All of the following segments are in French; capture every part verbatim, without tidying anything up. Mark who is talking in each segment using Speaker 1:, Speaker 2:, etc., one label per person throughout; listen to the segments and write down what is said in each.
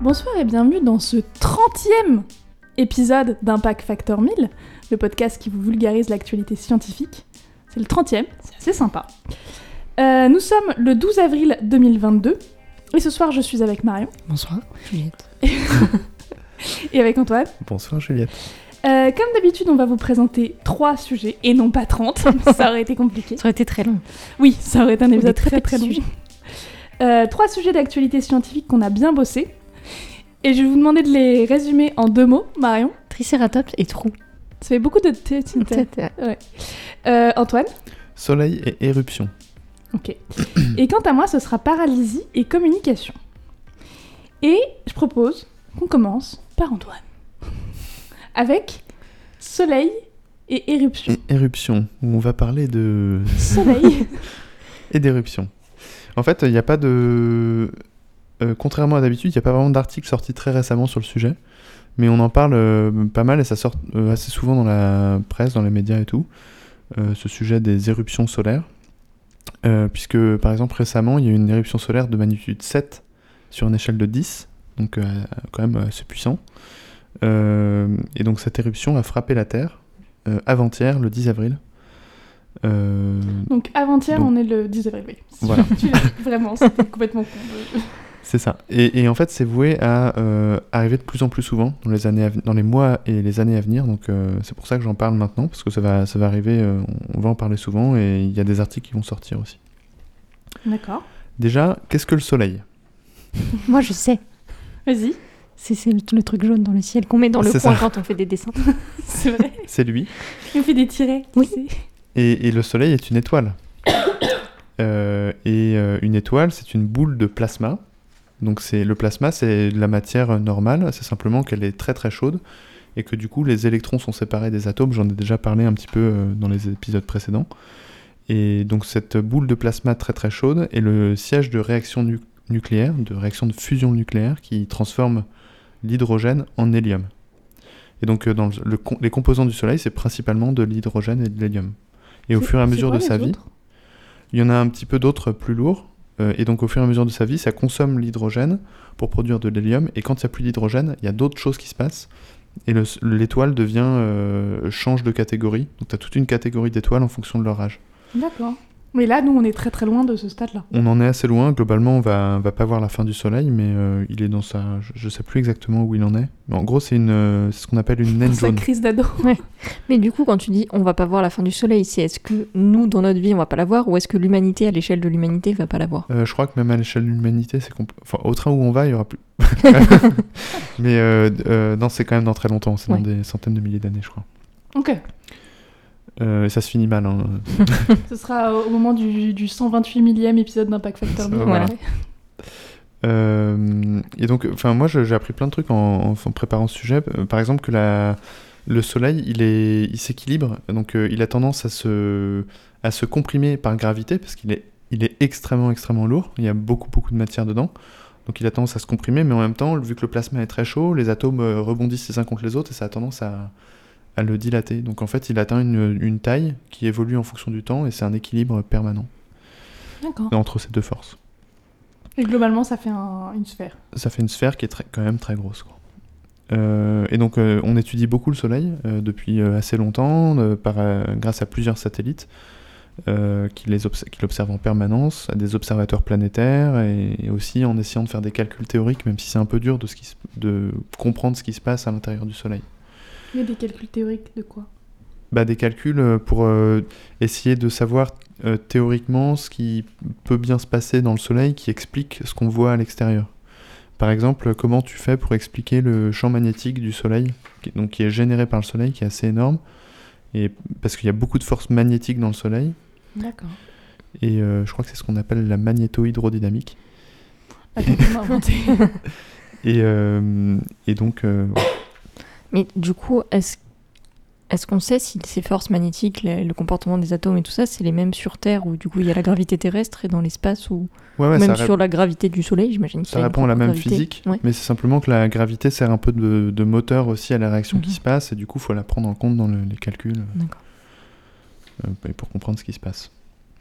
Speaker 1: Bonsoir et bienvenue dans ce trentième épisode d'Impact Factor mille, le podcast qui vous vulgarise l'actualité scientifique. C'est le trentième, c'est assez sympa. Euh, nous sommes le douze avril deux mille vingt-deux et ce soir je suis avec Marion.
Speaker 2: Bonsoir Juliette.
Speaker 1: Et avec Antoine.
Speaker 3: Bonsoir Juliette.
Speaker 1: Euh, comme d'habitude, on va vous présenter trois sujets et non pas trente. Ça aurait été compliqué.
Speaker 2: Ça aurait été très long.
Speaker 1: Oui, ça aurait été un épisode très très long.
Speaker 2: Sujets.
Speaker 1: Euh, trois sujets d'actualité scientifique qu'on a bien bossé. Et je vais vous demander de les résumer en deux mots, Marion.
Speaker 2: Tricératops et trou.
Speaker 1: Ça fait beaucoup de t- t- t- ouais. euh, Antoine.
Speaker 3: Soleil et éruption.
Speaker 1: Ok. Et quant à moi, ce sera paralysie et communication. Et je propose qu'on commence par Antoine. Avec soleil et éruption.
Speaker 3: Et éruption, où on va parler de...
Speaker 1: Soleil.
Speaker 3: et d'éruption. En fait, il n'y a pas de... Euh, contrairement à d'habitude, il n'y a pas vraiment d'article sorti très récemment sur le sujet, mais on en parle euh, pas mal et ça sort euh, assez souvent dans la presse, dans les médias et tout, euh, ce sujet des éruptions solaires. Euh, puisque, par exemple, récemment, il y a eu une éruption solaire de magnitude sept sur une échelle de dix, donc euh, quand même assez puissant. Euh, et donc cette éruption a frappé la Terre euh, avant-hier, le dix avril. Euh,
Speaker 1: donc avant-hier,
Speaker 3: donc,
Speaker 1: on est le dix avril, oui.
Speaker 3: Voilà.
Speaker 1: Tu l'as dit, vraiment, c'était complètement con.
Speaker 3: C'est ça. Et, et en fait, c'est voué à euh, arriver de plus en plus souvent dans les, années av- dans les mois et les années à venir. Donc euh, c'est pour ça que j'en parle maintenant, parce que ça va, ça va arriver, euh, on va en parler souvent, et il y a des articles qui vont sortir aussi.
Speaker 1: D'accord.
Speaker 3: Déjà, qu'est-ce que le soleil ?
Speaker 2: Moi je sais.
Speaker 1: Vas-y.
Speaker 2: C'est, c'est le, le truc jaune dans le ciel qu'on met dans le
Speaker 3: C'est
Speaker 2: coin
Speaker 3: ça.
Speaker 2: quand on fait des dessins.
Speaker 1: C'est vrai.
Speaker 3: C'est lui.
Speaker 1: On fait des tirets.
Speaker 2: Oui.
Speaker 1: Tu sais.
Speaker 3: Et, et le soleil est une étoile. euh, et euh, une étoile, c'est une boule de plasma. Donc c'est, le plasma, c'est de la matière normale, c'est simplement qu'elle est très très chaude et que du coup les électrons sont séparés des atomes, j'en ai déjà parlé un petit peu euh, dans les épisodes précédents. Et donc cette boule de plasma très très chaude est le siège de réaction nu- nucléaire, de réaction de fusion nucléaire qui transforme l'hydrogène en hélium. Et donc euh, dans le, le, les composants du soleil, c'est principalement de l'hydrogène et de l'hélium. Et au
Speaker 1: C'est-
Speaker 3: fur et à
Speaker 1: c'est
Speaker 3: mesure
Speaker 1: quoi
Speaker 3: de
Speaker 1: les
Speaker 3: sa vie,
Speaker 1: autres
Speaker 3: il y en a un petit peu d'autres plus lourds. Euh, et donc au fur et à mesure de sa vie, ça consomme l'hydrogène pour produire de l'hélium. Et quand il n'y a plus d'hydrogène, il y a d'autres choses qui se passent. Et le, l'étoile devient, euh, change de catégorie. Donc tu as toute une catégorie d'étoiles en fonction de leur âge.
Speaker 1: D'accord. Mais là, nous, on est très très loin de ce stade-là.
Speaker 3: On en est assez loin. Globalement, on va, va pas voir la fin du soleil, mais euh, il est dans sa... Je, je sais plus exactement où il en est. Mais en gros, c'est, une, euh, c'est ce qu'on appelle une naine
Speaker 1: Sa
Speaker 3: jaune.
Speaker 1: crise d'ado.
Speaker 2: Mais du coup, quand tu dis on va pas voir la fin du soleil, c'est est-ce que nous, dans notre vie, on va pas la voir, ou est-ce que l'humanité, à l'échelle de l'humanité, va pas la voir ?
Speaker 3: Euh, je crois que même à l'échelle de l'humanité, c'est compl- enfin, au train où on va, il y aura plus. Mais euh, euh, non, c'est quand même dans très longtemps. C'est
Speaker 2: Ouais.
Speaker 3: dans des centaines de milliers d'années, je crois.
Speaker 1: Ok.
Speaker 3: Euh, et ça se finit mal. Hein.
Speaker 1: Ce sera au moment du, du cent vingt-huit millième épisode d'Impact Factor mille.
Speaker 3: Voilà.
Speaker 1: Ouais.
Speaker 3: Euh, et donc, enfin, moi, je- j'ai appris plein de trucs en, en, en préparant ce sujet. Euh, Par exemple, que la, le Soleil, il est, il s'équilibre. Donc, euh, il a tendance à se, à se comprimer par gravité parce qu'il est, il est extrêmement, extrêmement lourd. Il y a beaucoup, beaucoup de matière dedans. Donc, il a tendance à se comprimer, mais en même temps, vu que le plasma est très chaud, les atomes euh, rebondissent les uns contre les autres et ça a tendance à, à le dilater. Donc, en fait, il atteint une, une taille qui évolue en fonction du temps et c'est un équilibre permanent
Speaker 1: D'accord.
Speaker 3: entre ces deux forces.
Speaker 1: Et globalement, ça fait un- une sphère.
Speaker 3: Ça fait une sphère qui est très, quand même très grosse, quoi. Euh, et donc euh, on étudie beaucoup le Soleil euh, depuis euh, assez longtemps, euh, par, euh, grâce à plusieurs satellites euh, qui, les obs- qui l'observent en permanence, à des observateurs planétaires, et, et aussi en essayant de faire des calculs théoriques, même si c'est un peu dur de, ce qui se- de comprendre ce qui se passe à l'intérieur du Soleil.
Speaker 1: Il y a des calculs théoriques de quoi ?
Speaker 3: Bah, des calculs euh, pour euh, essayer de savoir euh, théoriquement ce qui peut bien se passer dans le Soleil qui explique ce qu'on voit à l'extérieur. Par exemple, comment tu fais pour expliquer le champ magnétique du Soleil, qui, donc, qui est généré par le Soleil, qui est assez énorme, et, parce qu'il y a beaucoup de forces magnétiques dans le Soleil,
Speaker 1: D'accord.
Speaker 3: et euh, je crois que c'est ce qu'on appelle la magnéto-hydrodynamique.
Speaker 1: Pas complètement inventé.
Speaker 3: Et, euh, et donc, euh,
Speaker 2: Mais du coup, est-ce, est-ce qu'on sait si ces forces magnétiques, le, le comportement des atomes et tout ça, c'est les mêmes sur Terre, où du coup il y a la gravité terrestre, et dans l'espace, ou
Speaker 3: ouais, ouais,
Speaker 2: même
Speaker 3: ça,
Speaker 2: sur
Speaker 3: ré-
Speaker 2: la gravité du Soleil, j'imagine qu'il
Speaker 3: ça
Speaker 2: y a une
Speaker 3: répond à la
Speaker 2: propre
Speaker 3: même
Speaker 2: gravité.
Speaker 3: physique,
Speaker 2: Ouais.
Speaker 3: mais c'est simplement que la gravité sert un peu de, de moteur aussi à la réaction
Speaker 2: Mhm.
Speaker 3: qui se passe, et du coup, il faut la prendre en compte dans le- les calculs.
Speaker 2: D'accord.
Speaker 3: euh, pour comprendre ce qui se passe.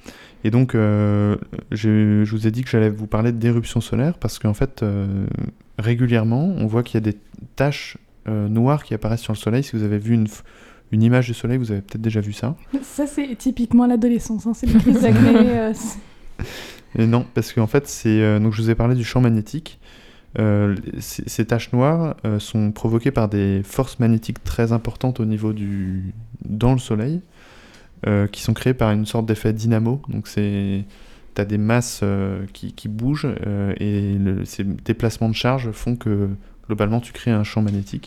Speaker 3: Et donc, euh, je, je vous ai dit que j'allais vous parler d'éruption solaire parce qu'en fait, euh, régulièrement, on voit qu'il y a des taches euh, noires qui apparaissent sur le soleil. Si vous avez vu une, une image du soleil, vous avez peut-être déjà vu ça.
Speaker 1: Ça, c'est typiquement l'adolescence, hein. C'est les crises d'acné. euh, c'est-
Speaker 3: Et non, parce qu'en fait, c'est, euh, donc je vous ai parlé du champ magnétique. Euh, ces, ces taches noires euh, sont provoquées par des forces magnétiques très importantes au niveau du dans le soleil, euh, qui sont créées par une sorte d'effet dynamo. Donc c'est t'as des masses euh, qui, qui bougent euh, et le, ces déplacements de charge font que globalement tu crées un champ magnétique.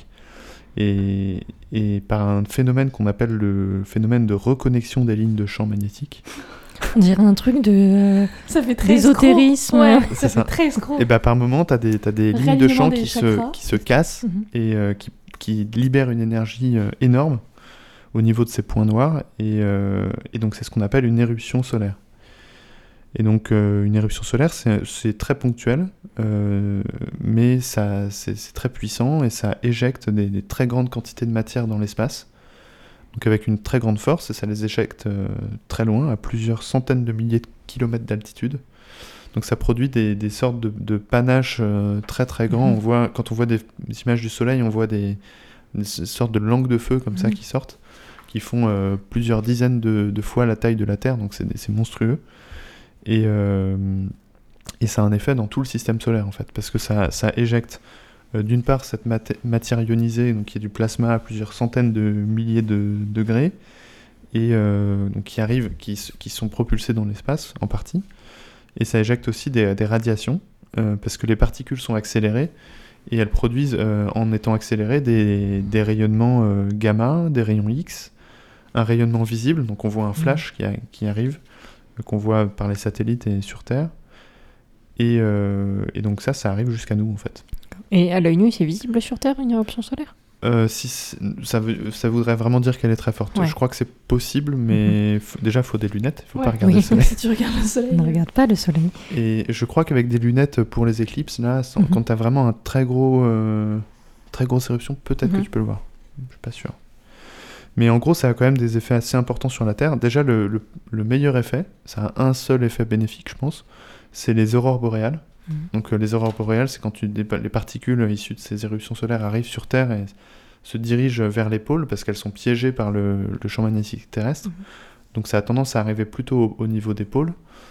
Speaker 3: Et, et par un phénomène qu'on appelle le phénomène de reconnexion des lignes de champ magnétique.
Speaker 2: On dirait un truc de euh,
Speaker 1: Ça fait très
Speaker 2: d'ésotérisme.
Speaker 1: escroc. Ouais,
Speaker 3: C'est
Speaker 1: ça
Speaker 3: ça.
Speaker 1: fait très escroc.
Speaker 3: Et bah par moment, tu as des, t'as des lignes de
Speaker 1: Ralignement
Speaker 3: champ
Speaker 1: des
Speaker 3: qui se,
Speaker 1: chakras.
Speaker 3: qui se cassent
Speaker 2: Mhm.
Speaker 3: et euh, qui, qui libèrent une énergie euh, énorme au niveau de ces points noirs. Et, euh, et donc c'est ce qu'on appelle une éruption solaire. Et donc euh, une éruption solaire, c'est, c'est très ponctuel, euh, mais ça, c'est, c'est très puissant et ça éjecte des, des très grandes quantités de matière dans l'espace. Donc avec une très grande force, et ça les éjecte euh, très loin, à plusieurs centaines de milliers de kilomètres d'altitude. Donc ça produit des, des sortes de, de panaches euh, très très grands.
Speaker 2: Mhm.
Speaker 3: On voit, quand on voit des, des images du soleil, on voit des, des sortes de langues de feu comme ça
Speaker 2: Mhm.
Speaker 3: qui sortent, qui font euh, plusieurs dizaines de, de fois la taille de la Terre, donc c'est, des- c'est monstrueux. Et, euh, et ça a un effet dans tout le système solaire en fait, parce que ça, ça éjecte euh, d'une part cette mat- matière ionisée, donc qui est du plasma à plusieurs centaines de milliers de degrés, et euh, donc qui arrivent, qui, s- qui sont propulsés dans l'espace en partie, et ça éjecte aussi des, des radiations, euh, parce que les particules sont accélérées, et elles produisent, euh, en étant accélérées, des, des rayonnements euh, gamma, des rayons X, un rayonnement visible, donc on voit un flash qui, a- qui arrive, euh, qu'on voit par les satellites et sur Terre, et, euh, et donc ça, ça arrive jusqu'à nous en fait.
Speaker 2: Et à l'œil nu, c'est visible sur Terre une éruption solaire?
Speaker 3: Euh, si c'est- ça, veut- ça voudrait vraiment dire qu'elle est très forte.
Speaker 2: Ouais.
Speaker 3: Je crois que c'est possible, mais faut- déjà, il faut des lunettes, il faut
Speaker 1: Ouais.
Speaker 3: pas regarder
Speaker 2: Oui.
Speaker 3: le soleil.
Speaker 1: Si tu regardes le soleil.
Speaker 2: On ne regarde pas le soleil.
Speaker 3: Et je crois qu'avec des lunettes pour les éclipses, là, sans-
Speaker 2: Mhm.
Speaker 3: quand tu as vraiment un très gros, euh, très grosse éruption, peut-être
Speaker 2: Mhm.
Speaker 3: que tu peux le voir. Je suis pas sûr. Mais en gros, ça a quand même des effets assez importants sur la Terre. Déjà, le, le- le meilleur effet, ça a un seul effet bénéfique, je pense, c'est les aurores boréales.
Speaker 2: Mhm.
Speaker 3: Donc euh, les aurores boréales, c'est quand tu, des- les particules issues de ces éruptions solaires arrivent sur Terre et se dirigent vers les pôles parce qu'elles sont piégées par le, le champ magnétique terrestre.
Speaker 2: Mhm.
Speaker 3: Donc ça a tendance à arriver plutôt au, au niveau des pôles.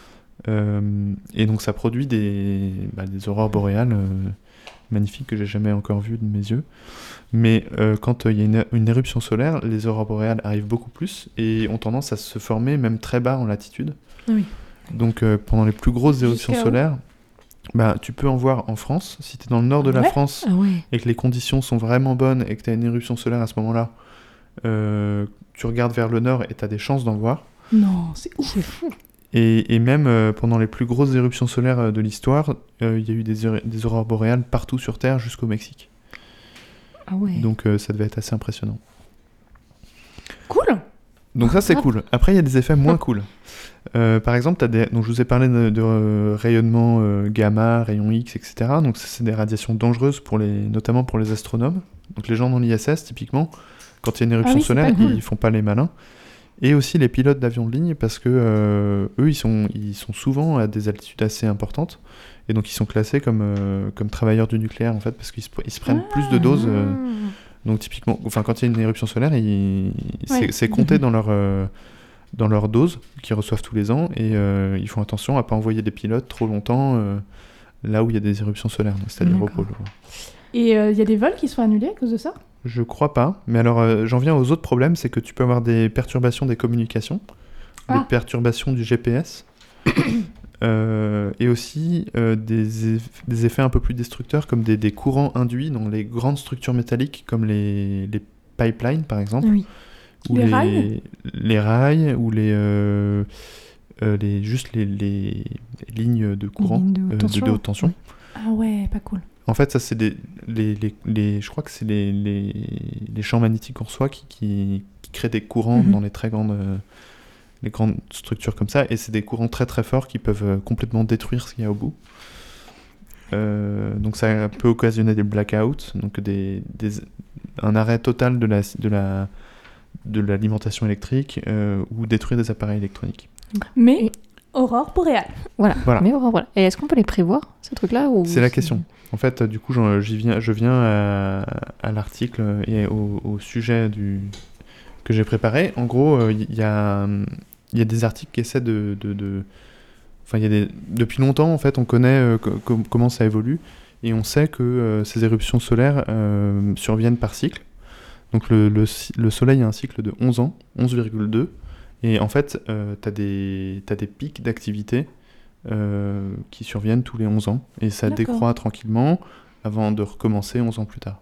Speaker 3: Euh, et donc ça produit des, bah, des aurores boréales euh, magnifiques que j'ai jamais encore vues de mes yeux. Mais euh, quand il y a une, une éruption solaire, les aurores boréales arrivent beaucoup plus et ont tendance à se former même très bas en latitude.
Speaker 1: Oui.
Speaker 3: Donc euh, pendant les plus grosses éruptions
Speaker 1: Jusqu'à où
Speaker 3: solaires, bah, tu peux en voir en France. Si tu es dans le nord de la
Speaker 1: Ouais.
Speaker 3: France
Speaker 2: Ah ouais.
Speaker 3: et que les conditions sont vraiment bonnes et que tu as une éruption solaire à ce moment-là, euh, tu regardes vers le nord et tu as des chances d'en voir.
Speaker 1: Non, c'est ouf.
Speaker 2: C'est fou.
Speaker 3: Et, et même euh, pendant les plus grosses éruptions solaires euh, de l'histoire, euh, il y a eu des, aur- des aurores boréales partout sur Terre jusqu'au Mexique.
Speaker 2: Ah ouais.
Speaker 3: Donc euh, ça devait être assez impressionnant.
Speaker 1: Cool.
Speaker 3: Donc ça c'est cool. Après il y a des effets moins cool. Euh, par exemple, t'as des... donc, je vous ai parlé de, de euh, rayonnement euh, gamma, rayons X, et cetera. Donc ça, c'est des radiations dangereuses, pour les... notamment pour les astronomes. Donc les gens dans l'I S S, typiquement, quand il y a une éruption
Speaker 1: Ah oui, c'est
Speaker 3: solaire,
Speaker 1: pas cool.
Speaker 3: ils font pas les malins. Et aussi les pilotes d'avions de ligne, parce que euh, eux, ils sont, ils sont souvent à des altitudes assez importantes. Et donc ils sont classés comme, euh, comme travailleurs du nucléaire, en fait, parce qu'ils se, ils se prennent
Speaker 1: Ah.
Speaker 3: plus de doses. euh,
Speaker 2: Mmh.
Speaker 3: donc typiquement, enfin quand il y a une éruption solaire, ils- c'est,
Speaker 1: Ouais.
Speaker 3: c'est compté
Speaker 2: Mhm.
Speaker 3: dans leur euh, dans leur dose qu'ils reçoivent tous les ans et euh, ils font attention à pas envoyer des pilotes trop longtemps euh, là où il y a des éruptions solaires, donc c'est-à-dire au
Speaker 2: D'accord.
Speaker 3: pôle.
Speaker 1: Et il y a des vols qui sont annulés à cause de ça?
Speaker 3: Je crois pas, mais alors euh, j'en viens aux autres problèmes, c'est que tu peux avoir des perturbations des communications,
Speaker 1: Ah.
Speaker 3: des perturbations du G P S. Euh, et aussi euh, des, eff- des effets un peu plus destructeurs comme des, des courants induits dans les grandes structures métalliques comme les, les pipelines par exemple,
Speaker 2: Oui.
Speaker 3: ou
Speaker 1: Les
Speaker 3: les,
Speaker 1: rails
Speaker 3: les rails ou les, euh, euh, les juste les, les lignes de courant
Speaker 2: lignes de haute
Speaker 3: euh,
Speaker 2: tension.
Speaker 3: de haute tension.
Speaker 1: Ah ouais, pas cool.
Speaker 3: En fait, ça c'est des les, les, les- je crois que c'est les, les, les champs magnétiques qu'on reçoit qui, qui, qui créent des courants
Speaker 2: Mhm.
Speaker 3: dans les très grandes euh, les grandes structures comme ça, et c'est des courants très très forts qui peuvent euh, complètement détruire ce qu'il y a au bout. Euh, donc ça peut occasionner des blackouts, donc des, des, un arrêt total de la de la de l'alimentation électrique euh, ou détruire des appareils électroniques.
Speaker 1: Mais
Speaker 2: Et-
Speaker 1: aurore boréale.
Speaker 2: Voilà.
Speaker 3: Voilà.
Speaker 2: Mais aurore, voilà. Et est-ce qu'on peut les prévoir, ces trucs-là ou
Speaker 3: C'est la question. En fait, du coup, j'en- j'y viens, je viens à, à l'article et au, au sujet du, que j'ai préparé. En gros, il y, y a, y a des articles qui essaient de... de, de enfin, y a des, depuis longtemps, en fait, on connaît euh, co- com- comment ça évolue. Et on sait que euh, ces éruptions solaires euh, surviennent par cycle. Donc le, le, le Soleil a un cycle de onze ans, onze virgule deux. Et en fait, euh, tu as des, t'as des pics d'activité euh, qui surviennent tous les onze ans. Et ça
Speaker 1: D'accord.
Speaker 3: décroît tranquillement avant de recommencer onze ans plus tard.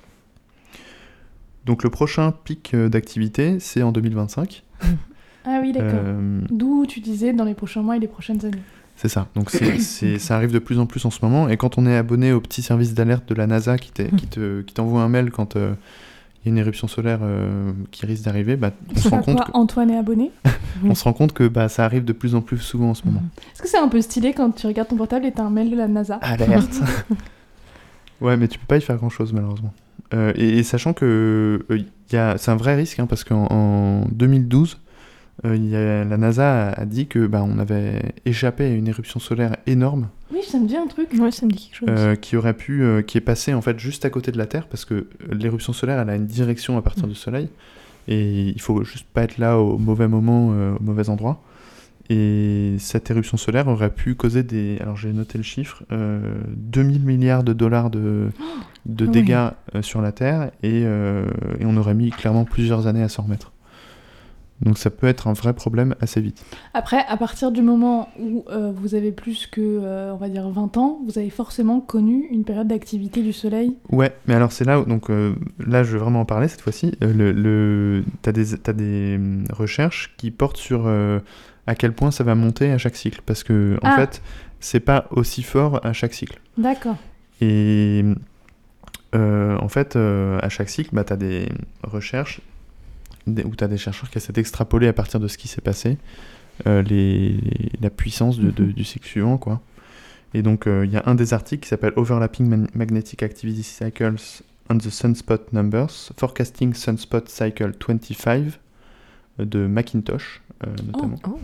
Speaker 3: Donc le prochain pic euh, d'activité, c'est en deux mille vingt-cinq.
Speaker 1: Ah oui, d'accord.
Speaker 3: Euh,
Speaker 1: D'où tu disais dans les prochains mois et les prochaines années.
Speaker 3: C'est ça. Donc c'est, c'est, ça arrive de plus en plus en ce moment. Et quand on est abonné au petit service d'alerte de la NASA qui, t'est- qui, te, qui t'envoie un mail quand il euh, y a une éruption solaire euh, qui risque d'arriver, bah, on, se
Speaker 1: C'est
Speaker 3: rend
Speaker 1: à
Speaker 3: compte
Speaker 1: quoi
Speaker 3: que,
Speaker 1: Antoine est abonné.
Speaker 3: on se rend compte que bah, ça arrive de plus en plus souvent en ce moment.
Speaker 1: Est-ce que c'est un peu stylé quand tu regardes ton portable et t'as un mail de la NASA?
Speaker 3: Alerte. Ouais, mais tu peux pas y faire grand-chose malheureusement. Euh, et, et sachant que euh, y a, c'est un vrai risque hein, parce qu'en en deux mille douze, euh, y a, la NASA a, a dit que bah, on avait échappé à une éruption solaire énorme.
Speaker 1: Oui, ça me dit un truc.
Speaker 2: Ouais, ça me dit quelque chose.
Speaker 3: Euh, qui aurait pu, euh, qui est passé en fait juste à côté de la Terre parce que l'éruption solaire elle a une direction à partir du Soleil et il faut juste pas être là au mauvais moment, euh, au mauvais endroit. Et cette éruption solaire aurait pu causer des, alors j'ai noté le chiffre, euh, deux mille milliards de dollars de, de
Speaker 2: Ah
Speaker 3: dégâts
Speaker 2: ouais.
Speaker 3: euh, sur la Terre et, euh, et on aurait mis clairement plusieurs années à s'en remettre. Donc ça peut être un vrai problème assez vite.
Speaker 1: Après, à partir du moment où euh, vous avez plus que, euh, on va dire, vingt ans, vous avez forcément connu une période d'activité du Soleil.
Speaker 3: Ouais, mais alors c'est là où, donc euh, là je vais vraiment en parler cette fois-ci. Euh, le, le, t'as des, t'as des hum, recherches qui portent sur euh, à quel point ça va monter à chaque cycle, parce que en
Speaker 1: Ah.
Speaker 3: fait c'est pas aussi fort à chaque cycle.
Speaker 1: D'accord.
Speaker 3: Et euh, en fait euh, à chaque cycle, bah t'as des recherches des, où t'as des chercheurs qui essaient d'extrapoler à partir de ce qui s'est passé euh, les, la puissance de, de, du cycle suivant, quoi. Et donc, il euh, y a un des articles qui s'appelle Overlapping Man- Magnetic Activity Cycles on the Sunspot Numbers, Forecasting Sunspot Cycle vingt-cinq euh, de Macintosh, euh, notamment.
Speaker 2: Oh.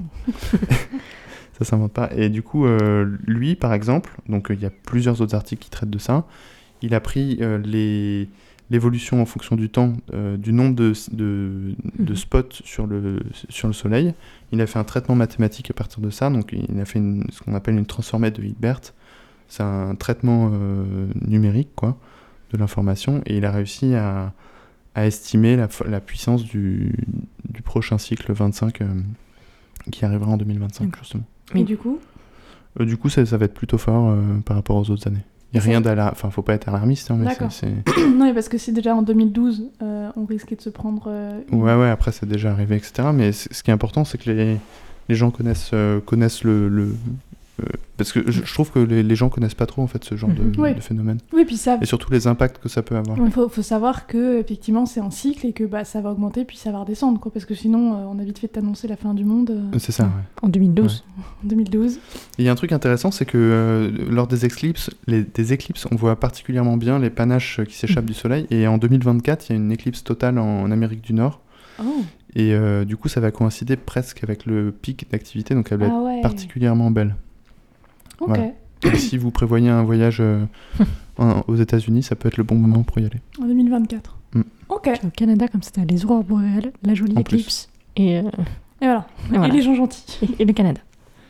Speaker 3: Ça s'invente pas. Et du coup, euh, lui, par exemple, donc il y a plusieurs autres articles qui traitent de ça, il a pris euh, les... l'évolution en fonction du temps, euh, du nombre de, de, de spots sur le, sur le Soleil. Il a fait un traitement mathématique à partir de ça, donc il a fait une, ce qu'on appelle une transformée de Hilbert. C'est un traitement euh, numérique, quoi, de l'information, et il a réussi à, à estimer la, la puissance du, du prochain cycle vingt-cinq euh, qui arrivera en deux mille vingt-cinq,
Speaker 2: D'accord.
Speaker 3: justement.
Speaker 1: Et
Speaker 2: Oui.
Speaker 1: du coup,
Speaker 3: Euh, du coup, ça, ça va être plutôt fort euh, par rapport aux autres années. Il n'y a
Speaker 1: C'est-
Speaker 3: rien d'alarmiste, enfin, faut pas être alarmiste, hein, mais
Speaker 1: D'accord.
Speaker 3: c'est... c'est-
Speaker 1: non, mais parce que si déjà en deux mille douze, euh, on risquait de se prendre. euh, une-
Speaker 3: Ouais, ouais, après c'est déjà arrivé, et cetera. Mais c- ce qui est important, c'est que les, les gens connaissent, euh, connaissent le. le euh, parce que je, je trouve que les, les gens connaissent pas trop en fait ce genre de,
Speaker 1: Oui.
Speaker 3: de phénomène.
Speaker 1: Oui, puis ça.
Speaker 3: Et surtout les impacts que ça peut avoir.
Speaker 1: Il faut, faut savoir que effectivement c'est en cycle et que bah, ça va augmenter puis ça va redescendre, quoi, parce que sinon euh, on a vite fait de t'annoncer la fin du monde euh,
Speaker 3: C'est ça, ouais.
Speaker 2: En deux mille douze.
Speaker 1: en deux mille douze.
Speaker 3: Et il y a un truc intéressant, c'est que euh, lors des éclipses, les, des éclipses, on voit particulièrement bien les panaches qui s'échappent du Soleil. Et en deux mille vingt-quatre, il y a une éclipse totale en, en Amérique du Nord.
Speaker 1: Oh,
Speaker 3: Et euh, du coup, ça va coïncider presque avec le pic d'activité, donc elle va
Speaker 1: ah
Speaker 3: être
Speaker 1: ouais.
Speaker 3: particulièrement belle.
Speaker 1: Ok.
Speaker 3: Voilà. Donc, si vous prévoyez un voyage euh, en- aux États-Unis, ça peut être le bon moment pour y aller.
Speaker 1: En deux mille vingt-quatre.
Speaker 3: Mm.
Speaker 1: Ok.
Speaker 2: Au Canada, comme c'était les aurores boréales, la jolie
Speaker 3: En plus.
Speaker 2: éclipse. Et, euh,
Speaker 1: Et voilà.
Speaker 2: et voilà.
Speaker 1: Et les gens gentils.
Speaker 2: Et- et le Canada.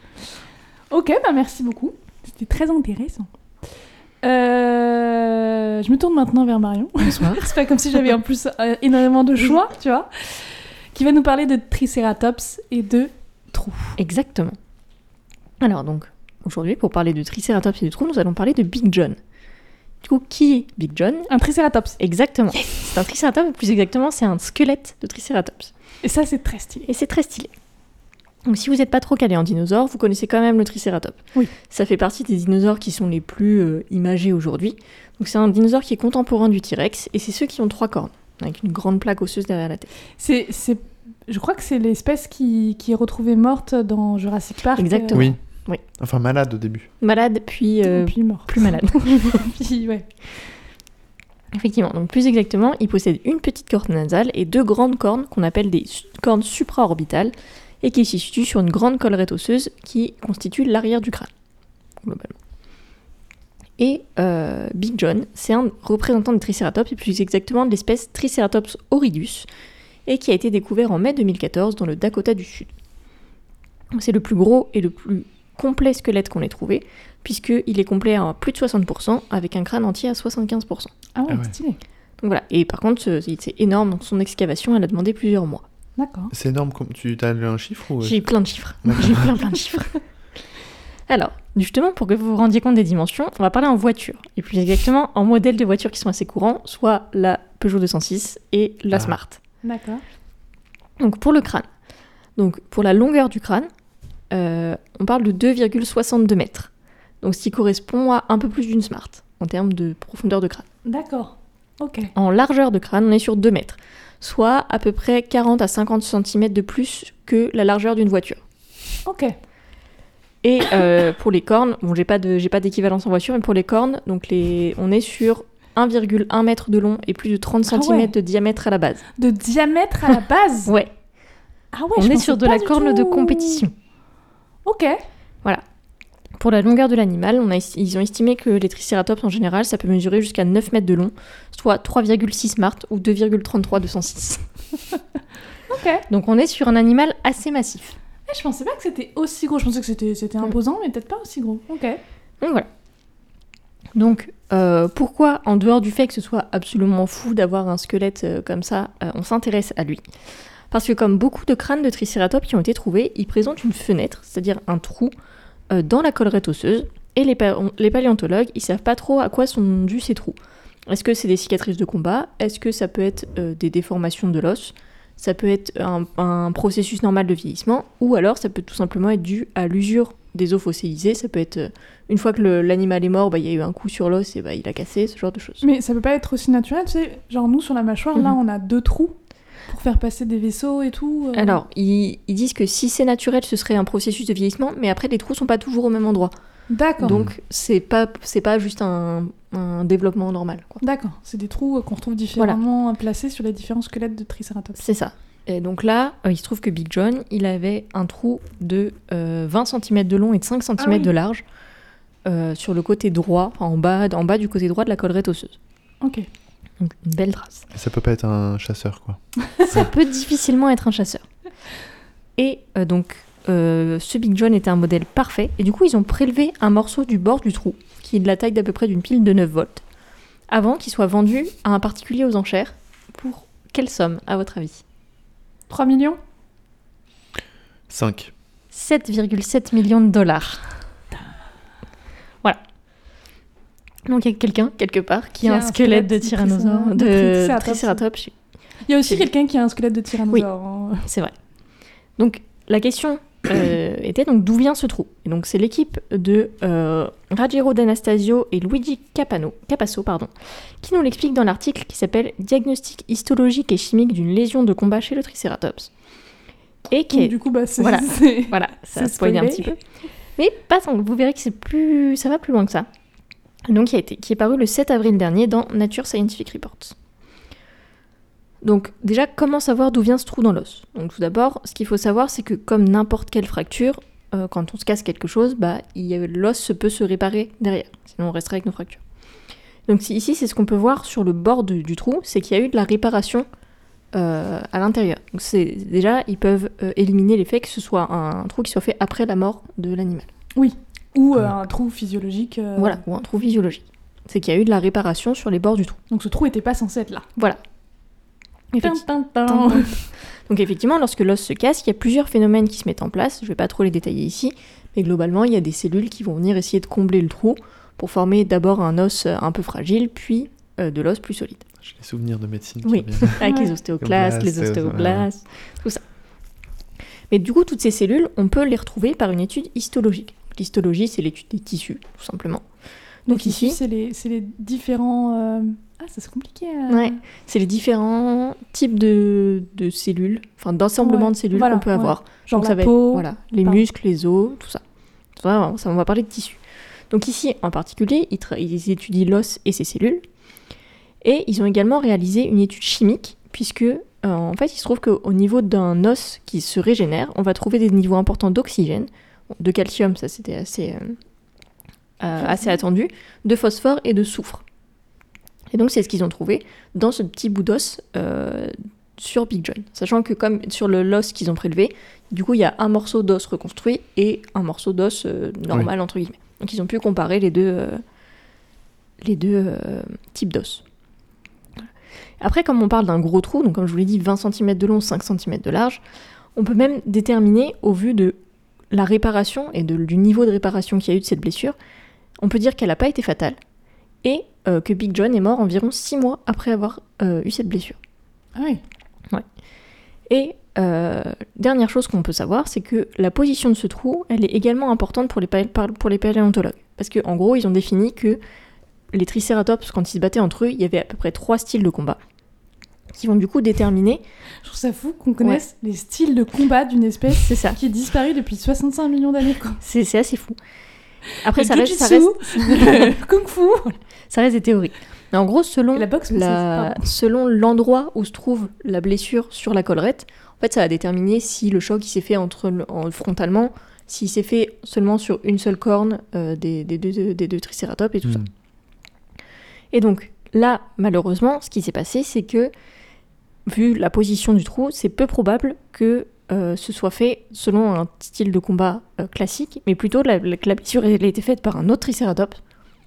Speaker 1: Ok, bah merci beaucoup. C'était très intéressant. Euh, Je me tourne maintenant vers Marion.
Speaker 2: Bonsoir.
Speaker 1: C'est pas comme si j'avais en plus euh, énormément de choix, tu vois. Qui va nous parler de Triceratops et de trous.
Speaker 2: Exactement. Alors donc, aujourd'hui, pour parler de Triceratops et du trou, nous allons parler de Big John. Du coup, qui est Big John?
Speaker 1: Un Triceratops.
Speaker 2: Exactement. C'est un Triceratops, plus exactement, c'est un squelette de Triceratops.
Speaker 1: Et ça, c'est très stylé.
Speaker 2: Et c'est très stylé. Donc si vous n'êtes pas trop calé en dinosaures, vous connaissez quand même le Triceratops.
Speaker 1: Oui.
Speaker 2: Ça fait partie des dinosaures qui sont les plus euh, imagés aujourd'hui. Donc c'est un dinosaure qui est contemporain du T-Rex, et c'est ceux qui ont trois cornes, avec une grande plaque osseuse derrière la tête.
Speaker 1: C'est, c'est, je crois que c'est l'espèce qui, qui est retrouvée morte dans Jurassic Park.
Speaker 2: Exactement.
Speaker 3: Oui.
Speaker 2: Oui.
Speaker 3: Enfin, malade au début.
Speaker 2: Malade, puis,
Speaker 1: euh,
Speaker 2: euh,
Speaker 1: Puis morte.
Speaker 2: plus malade.
Speaker 1: Puis, ouais.
Speaker 2: Effectivement, donc plus exactement, il possède une petite corne nasale et deux grandes cornes qu'on appelle des su- cornes supraorbitales. et qui se situe sur une grande collerette osseuse qui constitue l'arrière du crâne, globalement. Et euh, Big John, c'est un représentant des Triceratops, et plus exactement de l'espèce Triceratops horridus, et qui a été découvert en mai deux mille quatorze dans le Dakota du Sud. C'est le plus gros et le plus complet squelette qu'on ait trouvé, puisqu'il est complet à plus de soixante pour cent, avec un crâne entier à soixante-quinze pour cent.
Speaker 1: Ah ouais,
Speaker 3: Ah ouais.
Speaker 1: stylé.
Speaker 2: Donc voilà, et par contre, c'est énorme, donc son excavation, elle a demandé plusieurs mois.
Speaker 1: D'accord.
Speaker 3: C'est énorme, comme- tu as un chiffre ou...
Speaker 2: J'ai plein de chiffres,
Speaker 3: D'accord.
Speaker 2: j'ai plein plein de chiffres. Alors, justement, pour que vous vous rendiez compte des dimensions, on va parler en voiture, et plus exactement en modèles de voitures qui sont assez courants, soit la Peugeot deux cent six et la
Speaker 3: Ah.
Speaker 2: Smart.
Speaker 1: D'accord.
Speaker 2: Donc pour le crâne, donc pour la longueur du crâne, euh, on parle de deux virgule soixante-deux mètres, donc ce qui correspond à un peu plus d'une Smart en termes de profondeur de crâne.
Speaker 1: D'accord. Ok.
Speaker 2: En largeur de crâne, on est sur deux mètres, soit à peu près quarante à cinquante centimètres de plus que la largeur d'une voiture.
Speaker 1: Ok.
Speaker 2: Et euh, pour les cornes, bon, j'ai pas de, j'ai pas d'équivalence en voiture, mais pour les cornes, donc les, on est sur un virgule un mètre de long et plus de trente
Speaker 1: Ah ouais.
Speaker 2: centimètres de diamètre à la base.
Speaker 1: De diamètre à la base.
Speaker 2: Ouais,
Speaker 1: Ah ouais.
Speaker 2: on
Speaker 1: je
Speaker 2: est
Speaker 1: pensais
Speaker 2: sur de
Speaker 1: pas
Speaker 2: la
Speaker 1: du
Speaker 2: corne de
Speaker 1: tout.
Speaker 2: compétition.
Speaker 1: Ok.
Speaker 2: Pour la longueur de l'animal, on a, ils ont estimé que les Triceratops en général, ça peut mesurer jusqu'à neuf mètres de long, soit trois virgule six Smart ou deux virgule trente-trois deux cent six.
Speaker 1: Ok.
Speaker 2: Donc on est sur un animal assez massif.
Speaker 1: Eh, je pensais pas que c'était aussi gros. Je pensais que c'était c'était
Speaker 2: Mm.
Speaker 1: imposant, mais peut-être pas aussi gros. Ok.
Speaker 2: Donc voilà. Donc euh, pourquoi, en dehors du fait que ce soit absolument fou d'avoir un squelette euh, comme ça, euh, on s'intéresse à lui? Parce que comme beaucoup de crânes de Triceratops qui ont été trouvés, il présente une fenêtre, c'est-à-dire un trou, euh, dans la collerette osseuse, et les, pa- les paléontologues, ils savent pas trop à quoi sont dus ces trous. Est-ce que c'est des cicatrices de combat? Est-ce que ça peut être euh, des déformations de l'os? Ça peut être un, un processus normal de vieillissement, ou alors ça peut tout simplement être dû à l'usure des os fossilisés. Ça peut être, euh, une fois que le- l'animal est mort, bah, il y a eu un coup sur l'os et bah, il a cassé, ce genre de choses.
Speaker 1: Mais ça peut pas être aussi naturel, tu sais. Genre nous sur la mâchoire, là,
Speaker 2: Mhm.
Speaker 1: on a deux trous pour faire passer des vaisseaux et tout. euh.
Speaker 2: Alors, ils, ils disent que si c'est naturel, ce serait un processus de vieillissement, mais après, les trous sont pas toujours au même endroit.
Speaker 1: D'accord.
Speaker 2: Donc, c'est pas, c'est pas juste un, un développement normal, quoi.
Speaker 1: D'accord. C'est des trous euh, qu'on retrouve différemment placés sur les différents squelettes de Triceratops.
Speaker 2: C'est ça. Et donc là, euh, il se trouve que Big John, il avait un trou de euh, vingt centimètres de long et de cinq centimètres
Speaker 1: oui.
Speaker 2: de large euh, sur le côté droit, enfin, en bas, en bas du côté droit de la collerette osseuse.
Speaker 1: Ok.
Speaker 2: Donc une belle trace.
Speaker 3: Ça peut pas être un chasseur, quoi.
Speaker 2: Ça peut difficilement être un chasseur. Et euh, donc, euh, ce Big John était un modèle parfait. Et du coup, ils ont prélevé un morceau du bord du trou, qui est de la taille d'à peu près d'une pile de neuf volts, avant qu'il soit vendu à un particulier aux enchères. Pour quelle somme, à votre avis?
Speaker 1: trois millions.
Speaker 3: cinq.
Speaker 2: sept virgule sept millions de dollars. Voilà. Donc il y a quelqu'un, quelque part, qui, a un squelette de tyrannosaure,
Speaker 1: de
Speaker 2: de,
Speaker 1: Triceratops.
Speaker 2: Triceratops.
Speaker 1: Il y a aussi
Speaker 2: C'est-
Speaker 1: quelqu'un qui a un squelette de tyrannosaure. hein.
Speaker 2: C'est vrai. Donc la question euh, était donc d'où vient ce trou? Et donc c'est l'équipe de euh, Ruggiero D'Anastasio et Luigi Capano, Capasso pardon, qui nous l'explique dans l'article qui s'appelle Diagnostic histologique et chimique d'une lésion de combat chez le Triceratops. Et qui
Speaker 1: Donc,
Speaker 2: est...
Speaker 1: du coup, bah, c'est.
Speaker 2: Voilà.
Speaker 1: c'est-
Speaker 2: Voilà, ça a
Speaker 1: C'est
Speaker 2: spoilé un
Speaker 1: spoilé.
Speaker 2: petit peu. Mais pas tant, vous verrez que c'est plus... ça va plus loin que ça. Donc qui, a été... qui est paru le sept avril dernier dans Nature Scientific Reports. Donc déjà, comment savoir d'où vient ce trou dans l'os? Donc tout d'abord, ce qu'il faut savoir, c'est que comme n'importe quelle fracture, euh, quand on se casse quelque chose, bah, il y a- l'os se peut se réparer derrière, sinon on resterait avec nos fractures. Donc si- ici, c'est ce qu'on peut voir sur le bord du, du trou, c'est qu'il y a eu de la réparation euh, à l'intérieur. Donc c'est déjà, ils peuvent euh, éliminer l'effet que ce soit un, un trou qui soit fait après la mort de l'animal.
Speaker 1: Ou euh, un trou physiologique. euh,
Speaker 2: Voilà, ou un trou physiologique. C'est qu'il y a eu de la réparation sur les bords du trou.
Speaker 1: Donc ce trou était pas censé être là.
Speaker 2: Voilà. Effecti-
Speaker 1: Tin, tin, tin.
Speaker 2: Donc effectivement, lorsque l'os se casse, il y a plusieurs phénomènes qui se mettent en place. Je vais pas trop les détailler ici, mais globalement, il y a des cellules qui vont venir essayer de combler le trou pour former d'abord un os euh, un peu fragile, puis euh, de l'os plus solide.
Speaker 3: J'ai les souvenirs de médecine.
Speaker 2: Oui.
Speaker 3: qui reviennent.
Speaker 2: Avec
Speaker 1: Ouais.
Speaker 2: les ostéoclastes, les
Speaker 3: Oblastes,
Speaker 2: ostéoblastes, tout ça. Mais du coup, toutes ces cellules, on peut les retrouver par une étude histologique. L'histologie, c'est l'étude des tissus, tout simplement. Donc
Speaker 1: Donc ici,
Speaker 2: ici,
Speaker 1: c'est les, c'est les différents. euh, Ah, ça c'est compliqué. euh.
Speaker 2: ouais, c'est les différents types de, de cellules, enfin d'assemblement
Speaker 1: Ouais,
Speaker 2: de cellules
Speaker 1: voilà,
Speaker 2: qu'on peut
Speaker 1: ouais.
Speaker 2: avoir.
Speaker 1: Genre
Speaker 2: Donc
Speaker 1: la
Speaker 2: ça va
Speaker 1: peau.
Speaker 2: être voilà, les
Speaker 1: pardon.
Speaker 2: muscles, les os, tout ça. Ça, ça, on va parler de tissus. Donc ici, en particulier, ils, tra- ils étudient l'os et ses cellules. Et ils ont également réalisé une étude chimique, puisque euh, en fait, il se trouve qu'au niveau d'un os qui se régénère, on va trouver des niveaux importants d'oxygène, de calcium, ça c'était assez, euh, euh, assez attendu, de phosphore et de soufre. Et donc c'est ce qu'ils ont trouvé dans ce petit bout d'os euh, sur Big John. Sachant que comme sur le l'os qu'ils ont prélevé, du coup il y a un morceau d'os reconstruit et un morceau d'os euh, normal, oui. entre guillemets. Donc ils ont pu comparer les deux, euh, les deux euh, types d'os. Après, comme on parle d'un gros trou, donc comme je vous l'ai dit, vingt centimètres de long, cinq centimètres de large, on peut même déterminer au vu de la réparation et de, du niveau de réparation qu'il y a eu de cette blessure, on peut dire qu'elle n'a pas été fatale et euh, que Big John est mort environ six mois après avoir euh, eu cette blessure.
Speaker 1: Ah oui.
Speaker 2: Ouais. Et euh, dernière chose qu'on peut savoir, c'est que la position de ce trou, elle est également importante pour les, pa- pour les paléontologues. Parce qu'en gros, ils ont défini que les tricératops, quand ils se battaient entre eux, il y avait à peu près trois styles de combat qui vont du coup déterminer...
Speaker 1: Je trouve ça fou qu'on connaisse ouais. les styles de combat d'une espèce
Speaker 2: c'est ça.
Speaker 1: qui est disparue depuis soixante-cinq millions d'années. Quoi.
Speaker 2: C'est, c'est assez fou. Après,
Speaker 1: le
Speaker 2: ça reste, ça reste...
Speaker 1: le kung fu.
Speaker 2: Ça reste des théories. Mais en gros, selon,
Speaker 1: la boxe
Speaker 2: la... selon l'endroit où se trouve la blessure sur la collerette, en fait, ça va déterminer si le choc il s'est fait entre le... en... frontalement, s'il s'est fait seulement sur une seule corne euh, des, des, deux, des deux tricératops et tout mmh. ça. Et donc, là, malheureusement, ce qui s'est passé, c'est que, vu la position du trou, c'est peu probable que euh, ce soit fait selon un style de combat euh, classique, mais plutôt la, la, que la blessure elle a été faite par un autre tricératops,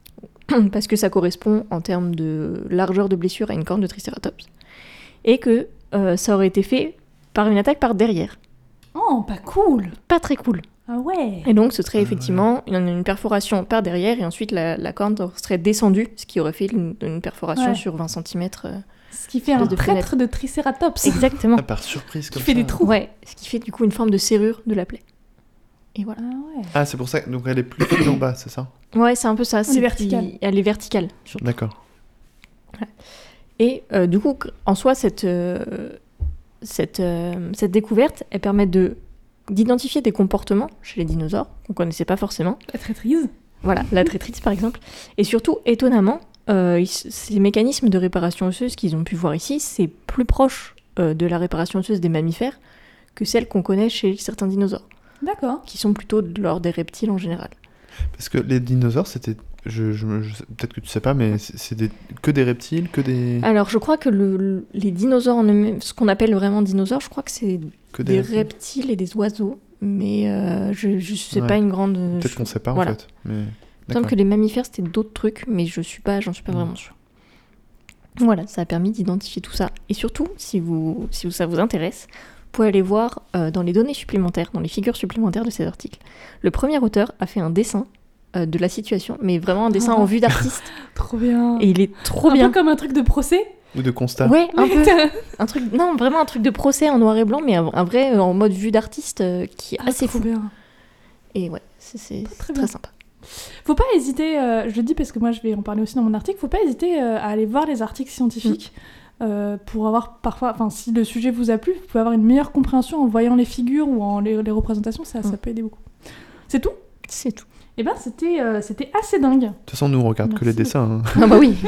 Speaker 2: parce que ça correspond en termes de largeur de blessure à une corne de tricératops, et que euh, ça aurait été fait par une attaque par derrière.
Speaker 1: Oh, pas cool.
Speaker 2: Pas très cool.
Speaker 1: Ah ouais.
Speaker 2: Et donc ce serait effectivement une, une perforation par derrière, et ensuite la, la corne serait descendue, ce qui aurait fait une, une perforation ouais. sur vingt centimètres. Euh,
Speaker 1: ce qui fait un de traître fenêtre. de tricératops.
Speaker 2: Exactement.
Speaker 3: Ah, par surprise comme
Speaker 1: qui fait
Speaker 3: ça.
Speaker 1: des trous.
Speaker 2: Ouais, ce qui fait du coup une forme de serrure de la plaie. Et voilà.
Speaker 1: Ah ouais.
Speaker 3: Ah, c'est pour ça, donc elle est plus fine en bas, c'est ça ?
Speaker 2: Ouais, c'est un peu ça.
Speaker 1: Elle
Speaker 2: c'est
Speaker 1: est verticale.
Speaker 2: Qui... Elle est verticale. Surtout.
Speaker 3: D'accord.
Speaker 2: Ouais. Et euh, du coup, en soi, cette, euh, cette, euh, cette découverte, elle permet de d'identifier des comportements chez les dinosaures qu'on connaissait pas forcément.
Speaker 1: La traîtrise.
Speaker 2: Voilà, la traîtrise par exemple. Et surtout, étonnamment, euh, ils, ces mécanismes de réparation osseuse qu'ils ont pu voir ici, c'est plus proche euh, de la réparation osseuse des mammifères que celle qu'on connaît chez certains dinosaures.
Speaker 1: D'accord.
Speaker 2: Qui sont plutôt de l'ordre des reptiles en général.
Speaker 3: Parce que les dinosaures, c'était... Je, je, je, peut-être que tu sais pas, mais c'est, c'est des, que des reptiles, que des...
Speaker 2: Alors, je crois que le, le, les dinosaures, en eux-mêmes, ce qu'on appelle vraiment dinosaures, je crois que c'est que des, des reptiles. reptiles et des oiseaux. Mais euh, je ne sais ouais. pas une grande...
Speaker 3: Peut-être
Speaker 2: je...
Speaker 3: qu'on ne sait pas,
Speaker 2: voilà.
Speaker 3: en fait. Mais...
Speaker 2: Il me semble que les mammifères, c'était d'autres trucs, mais je suis pas, j'en suis pas mmh. vraiment sûre. Voilà, ça a permis d'identifier tout ça. Et surtout, si, vous, si ça vous intéresse, vous pouvez aller voir euh, dans les données supplémentaires, dans les figures supplémentaires de ces articles. Le premier auteur a fait un dessin euh, de la situation, mais vraiment un dessin oh. en vue d'artiste.
Speaker 1: Trop bien.
Speaker 2: Et il est trop
Speaker 1: un
Speaker 2: bien.
Speaker 1: Un peu comme un truc de procès.
Speaker 3: Ou de constat.
Speaker 2: Ouais, un peu. Un truc, non, vraiment un truc de procès en noir et blanc, mais un, un vrai euh, en mode vue d'artiste euh, qui est
Speaker 1: ah,
Speaker 2: assez
Speaker 1: trop
Speaker 2: fou.
Speaker 1: Bien.
Speaker 2: Et ouais, c'est, c'est
Speaker 1: très,
Speaker 2: très sympa.
Speaker 1: Faut pas hésiter, euh, je le dis parce que moi je vais en parler aussi dans mon article, faut pas hésiter euh, à aller voir les articles scientifiques mmh. euh, pour avoir parfois, enfin si le sujet vous a plu, vous pouvez avoir une meilleure compréhension en voyant les figures ou en les, les représentations, ça, mmh. ça peut aider beaucoup. C'est tout ?
Speaker 2: C'est tout.
Speaker 1: Et ben c'était, euh, c'était assez dingue. De
Speaker 3: toute façon, nous on regarde Merci. que les dessins. Hein.
Speaker 2: Ah bah oui.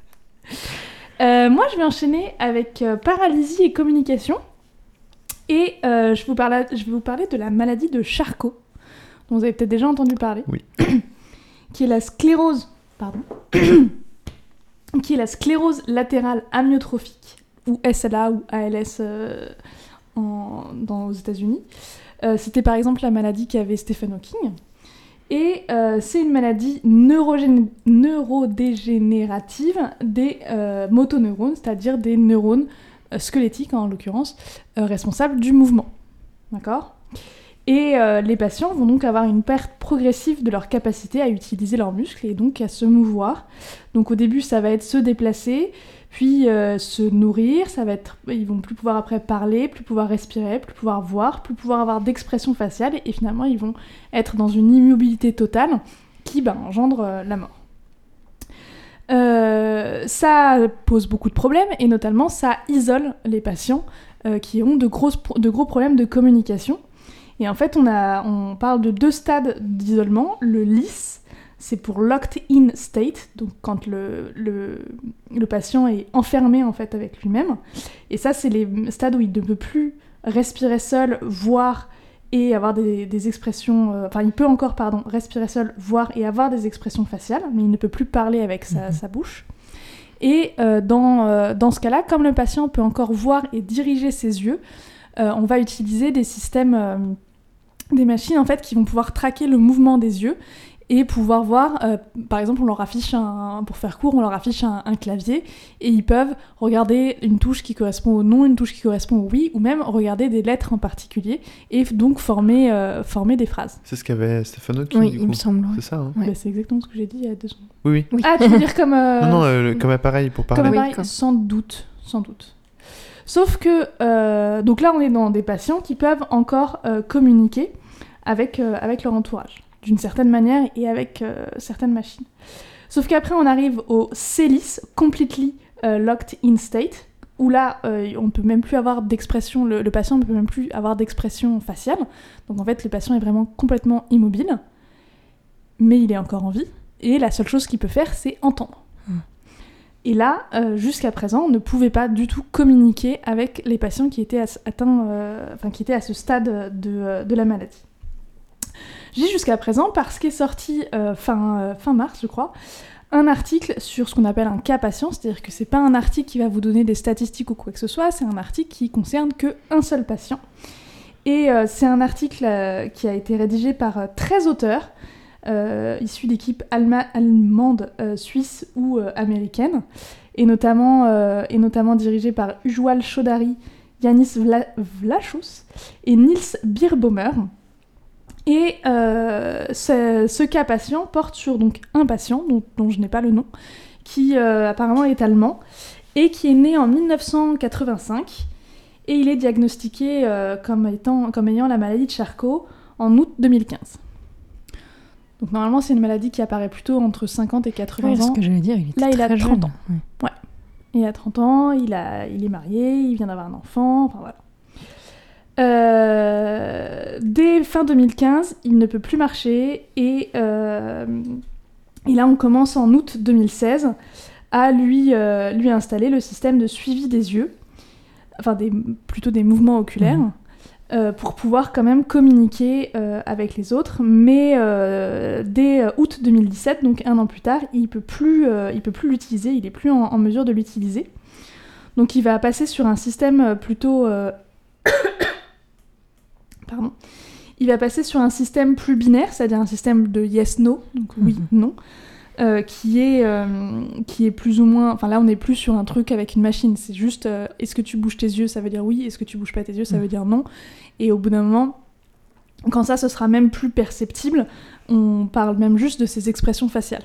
Speaker 1: euh, moi je vais enchaîner avec euh, paralysie et communication. Et euh, je, vous parle, je vais vous parler de la maladie de Charcot, dont vous avez peut-être déjà entendu parler,
Speaker 3: oui.
Speaker 1: qui est la sclérose, pardon, qui est la sclérose latérale amyotrophique, ou S L A ou A L S euh, en, dans, aux États-Unis. Euh, c'était par exemple la maladie qu'avait Stephen Hawking. Et euh, c'est une maladie neurogén- neurodégénérative des euh, motoneurones, c'est-à-dire des neurones euh, squelettiques en l'occurrence, euh, responsables du mouvement. D'accord ? Et euh, les patients vont donc avoir une perte progressive de leur capacité à utiliser leurs muscles et donc à se mouvoir. Donc au début, ça va être se déplacer, puis euh, se nourrir, ça va être, ils vont plus pouvoir après parler, plus pouvoir respirer, plus pouvoir voir, plus pouvoir avoir d'expression faciale, et finalement ils vont être dans une immobilité totale qui ben, engendre euh, la mort. Euh, ça pose beaucoup de problèmes, et notamment ça isole les patients euh, qui ont de, grosses, de gros problèmes de communication. Et en fait, on, a, on parle de deux stades d'isolement, le lisse, c'est pour locked in state, donc quand le, le, le patient est enfermé en fait avec lui-même. Et ça, c'est les stades où il ne peut plus respirer seul, voir et avoir des, des expressions... Euh, enfin, il peut encore, pardon, respirer seul, voir et avoir des expressions faciales, mais il ne peut plus parler avec sa, mmh. sa bouche. Et euh, dans, euh, dans ce cas-là, comme le patient peut encore voir et diriger ses yeux, euh, on va utiliser des systèmes, euh, des machines en fait, qui vont pouvoir traquer le mouvement des yeux et pouvoir voir, euh, par exemple, on leur affiche, un, pour faire court, on leur affiche un, un clavier et ils peuvent regarder une touche qui correspond au non, une touche qui correspond au oui, ou même regarder des lettres en particulier et donc former, euh, former des phrases.
Speaker 3: C'est ce qu'avait Stephen Hawking,
Speaker 2: oui,
Speaker 3: du
Speaker 2: il
Speaker 3: coup.
Speaker 2: me semble.
Speaker 3: C'est ça, hein.
Speaker 1: Ouais. Bah, c'est exactement ce que j'ai dit il y a deux secondes.
Speaker 3: Oui, oui.
Speaker 2: oui.
Speaker 1: Ah, tu veux dire comme... Euh...
Speaker 3: Non, non, euh, comme appareil pour parler.
Speaker 1: Comme appareil,
Speaker 2: oui,
Speaker 1: sans doute, sans doute. Sauf que, euh, donc là, on est dans des patients qui peuvent encore euh, communiquer avec, euh, avec leur entourage, d'une certaine manière et avec euh, certaines machines. Sauf qu'après, on arrive au C L I S, Completely euh, Locked in State, où là, euh, on ne peut même plus avoir d'expression, le, le patient ne peut même plus avoir d'expression faciale. Donc en fait, le patient est vraiment complètement immobile, mais il est encore en vie, et la seule chose qu'il peut faire, c'est entendre. Mmh. Et là, euh, jusqu'à présent, on ne pouvait pas du tout communiquer avec les patients qui étaient, à, atteints, euh, enfin, qui étaient à ce stade de, de la maladie. Je dis jusqu'à présent parce qu'est sorti euh, fin, euh, fin mars, je crois, un article sur ce qu'on appelle un cas patient, c'est-à-dire que c'est pas un article qui va vous donner des statistiques ou quoi que ce soit, c'est un article qui concerne qu'un seul patient. Et euh, c'est un article euh, qui a été rédigé par euh, treize auteurs, euh, issus d'équipes alma- allemandes, euh, suisses ou euh, américaines, et notamment, euh, et notamment dirigé par Ujwal Chaudhary, Yanis Vla- Vlachous et Niels Birbaumer. Et euh, ce, ce cas patient porte sur donc, un patient, dont, dont je n'ai pas le nom, qui euh, apparemment est allemand, et qui est né en dix-neuf cent quatre-vingt-cinq, et il est diagnostiqué euh, comme, étant, comme ayant la maladie de Charcot en août deux mille quinze. Donc normalement, c'est une maladie qui apparaît plutôt entre cinquante et quatre-vingts
Speaker 4: oui,
Speaker 1: ans.
Speaker 4: C'est ce que j'allais dire, il était
Speaker 1: Là, il
Speaker 4: très
Speaker 1: a
Speaker 4: jeune.
Speaker 1: trente ans.
Speaker 4: Ouais.
Speaker 1: Ouais. Il a trente ans, il, a, il est marié, il vient d'avoir un enfant, enfin voilà. Euh, dès fin deux mille quinze, il ne peut plus marcher et, euh, et là on commence en août deux mille seize à lui, euh, lui installer le système de suivi des yeux, enfin des, plutôt des mouvements oculaires, mmh. euh, pour pouvoir quand même communiquer euh, avec les autres, mais euh, dès euh, août deux mille dix-sept, donc un an plus tard, il peut plus, euh, il peut plus l'utiliser, il est plus en, en mesure de l'utiliser. Donc il va passer sur un système plutôt... Euh, Pardon. Il va passer sur un système plus binaire, c'est-à-dire un système de yes-no, donc oui-non, euh, qui, est, euh, qui est plus ou moins... Enfin là, on n'est plus sur un truc avec une machine, c'est juste euh, est-ce que tu bouges tes yeux, ça veut dire oui, est-ce que tu bouges pas tes yeux, ça veut dire non. Et au bout d'un moment, quand ça, ce sera même plus perceptible, on parle même juste de ces expressions faciales.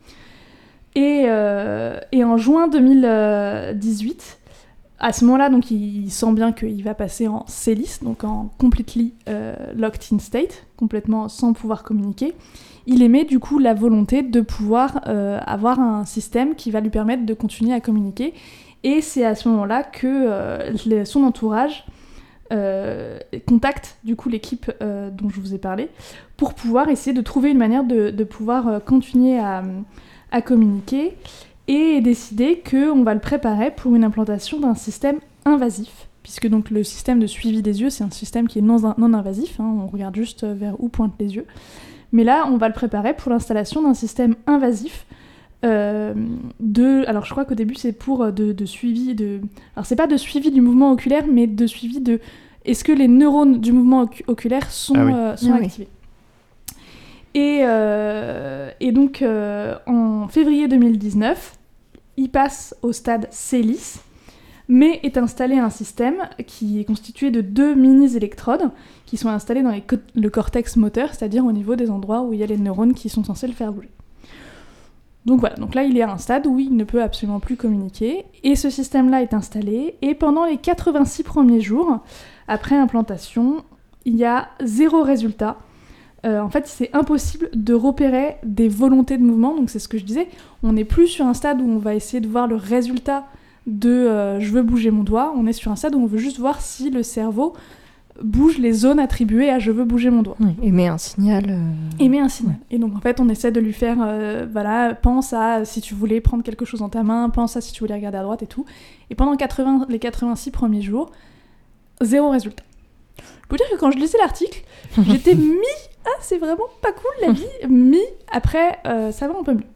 Speaker 1: Et, euh, et en juin deux mille dix-huit... À ce moment-là, donc, il sent bien qu'il va passer en C L I S, donc en completely euh, locked in state, complètement sans pouvoir communiquer. Il émet du coup la volonté de pouvoir euh, avoir un système qui va lui permettre de continuer à communiquer. Et c'est à ce moment-là que euh, les, son entourage euh, contacte du coup l'équipe euh, dont je vous ai parlé pour pouvoir essayer de trouver une manière de, de pouvoir euh, continuer à, à communiquer. Et décider qu'on va le préparer pour une implantation d'un système invasif, puisque donc le système de suivi des yeux, c'est un système qui est non, non invasif, hein, on regarde juste vers où pointent les yeux. Mais là, on va le préparer pour l'installation d'un système invasif euh, de... Alors je crois qu'au début, c'est pour de, de suivi de... Alors c'est pas de suivi du mouvement oculaire, mais de suivi de... Est-ce que les neurones du mouvement oc- oculaire sont, ah oui. euh, sont ah activés oui. Et, euh, et donc, euh, en février deux mille dix-neuf, il passe au stade C L I S, mais est installé un système qui est constitué de deux mini-électrodes qui sont installées dans les co- le cortex moteur, c'est-à-dire au niveau des endroits où il y a les neurones qui sont censés le faire bouger. Donc voilà, donc là il est à un stade où il ne peut absolument plus communiquer, et ce système-là est installé, et pendant les quatre-vingt-six premiers jours, après implantation, il y a zéro résultat. Euh, en fait, c'est impossible de repérer des volontés de mouvement, donc c'est ce que je disais, on n'est plus sur un stade où on va essayer de voir le résultat de euh, « je veux bouger mon doigt », on est sur un stade où on veut juste voir si le cerveau bouge les zones attribuées à je veux bouger mon doigt.
Speaker 2: Oui, émet un signal. Euh...
Speaker 1: Émet un signal. Et donc en fait on essaie de lui faire, euh, voilà, pense à si tu voulais prendre quelque chose dans ta main, pense à si tu voulais regarder à droite et tout. Et pendant quatre-vingts, les quatre-vingt-six premiers jours, zéro résultat. Je peux dire que quand je lisais l'article, j'étais mi, ah c'est vraiment pas cool la vie, mi, après euh, ça va un peu mieux.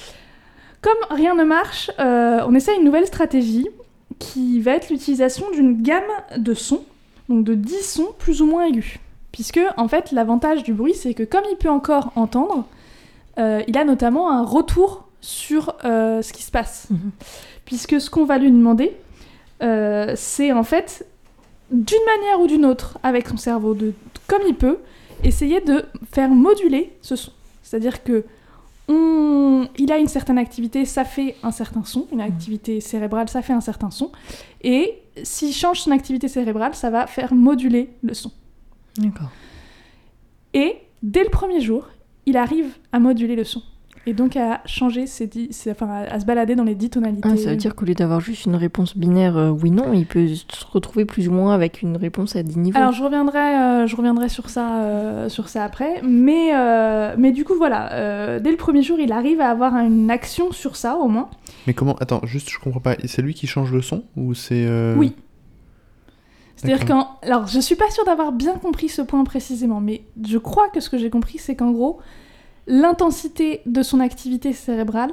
Speaker 1: Comme rien ne marche, euh, on essaie une nouvelle stratégie qui va être l'utilisation d'une gamme de sons, donc de dix sons plus ou moins aigus. Puisque, en fait, l'avantage du bruit, c'est que comme il peut encore entendre, euh, il a notamment un retour sur euh, ce qui se passe. Mmh. Puisque ce qu'on va lui demander, euh, c'est en fait, d'une manière ou d'une autre, avec son cerveau, de, comme il peut, essayer de faire moduler ce son. C'est-à-dire que on... il a une certaine activité, ça fait un certain son, une activité cérébrale, ça fait un certain son, et s'il change son activité cérébrale, ça va faire moduler le son.
Speaker 2: D'accord.
Speaker 1: Et dès le premier jour, il arrive à moduler le son. Et donc à changer ses dix, ses, enfin à, à se balader dans les dix tonalités.
Speaker 2: Ah, ça veut dire qu'au lieu d'avoir juste une réponse binaire euh, oui-non, il peut se retrouver plus ou moins avec une réponse à dix niveaux.
Speaker 1: Alors je reviendrai, euh, je reviendrai sur ça, euh, sur ça après. Mais, euh, mais du coup voilà, euh, dès le premier jour, il arrive à avoir une action sur ça au moins.
Speaker 3: Mais comment... Attends, juste je comprends pas. C'est lui qui change le son ou c'est... Euh...
Speaker 1: Oui. C'est-à-dire quand... Alors je suis pas sûre d'avoir bien compris ce point précisément, mais je crois que ce que j'ai compris, c'est qu'en gros... l'intensité de son activité cérébrale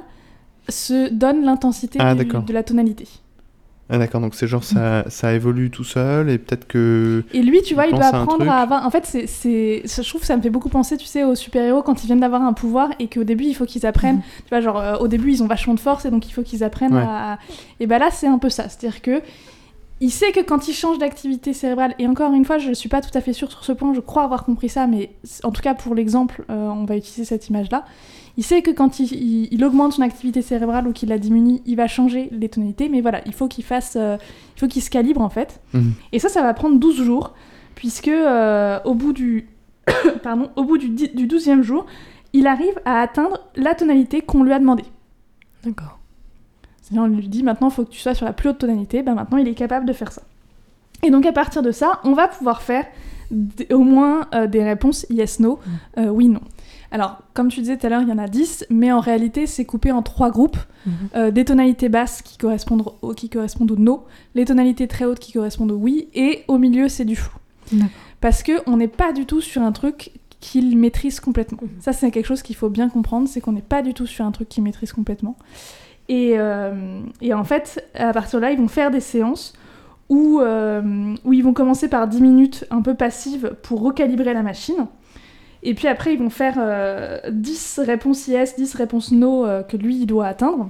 Speaker 1: se donne l'intensité
Speaker 3: ah,
Speaker 1: du, de la tonalité.
Speaker 3: Ah d'accord, donc c'est genre ça, ça évolue tout seul et peut-être que...
Speaker 1: Et lui, tu vois, il, il doit apprendre
Speaker 3: à,
Speaker 1: à avoir... En fait, c'est, c'est... je trouve que ça me fait beaucoup penser, tu sais, aux super-héros quand ils viennent d'avoir un pouvoir et qu'au début, il faut qu'ils apprennent... Mmh. Tu vois, genre, euh, au début, ils ont vachement de force et donc il faut qu'ils apprennent ouais. à... Et ben là, c'est un peu ça. C'est-à-dire que il sait que quand il change d'activité cérébrale, et encore une fois, je ne suis pas tout à fait sûre sur ce point, je crois avoir compris ça, mais en tout cas, pour l'exemple, euh, on va utiliser cette image-là. Il sait que quand il, il, il augmente son activité cérébrale ou qu'il la diminue, il va changer les tonalités, mais voilà, il faut qu'il fasse, euh, il faut qu'il se calibre en fait. Mmh. Et ça, ça va prendre douze jours, puisque euh, au bout du, pardon, au bout du, di- du douzième jour, il arrive à atteindre la tonalité qu'on lui a demandé.
Speaker 2: D'accord.
Speaker 1: C'est-à-dire, on lui dit maintenant, il faut que tu sois sur la plus haute tonalité, ben maintenant, il est capable de faire ça. Et donc, à partir de ça, on va pouvoir faire d- au moins euh, des réponses yes-no, mmh. euh, oui-non. Alors, comme tu disais tout à l'heure, il y en a dix, mais en réalité, c'est coupé en trois groupes. Mmh. Euh, des tonalités basses qui correspondent au, qui correspondent au no, les tonalités très hautes qui correspondent au oui, et au milieu, c'est du flou. D'accord. Parce qu'on n'est pas du tout sur un truc qu'il maîtrise complètement. Mmh. Ça, c'est quelque chose qu'il faut bien comprendre, c'est qu'on n'est pas du tout sur un truc qu'il maîtrise complètement. Et, euh, et en fait, à partir de là, ils vont faire des séances où, euh, où ils vont commencer par dix minutes un peu passives pour recalibrer la machine. Et puis après, ils vont faire euh, dix réponses yes, dix réponses no euh, que lui, il doit atteindre.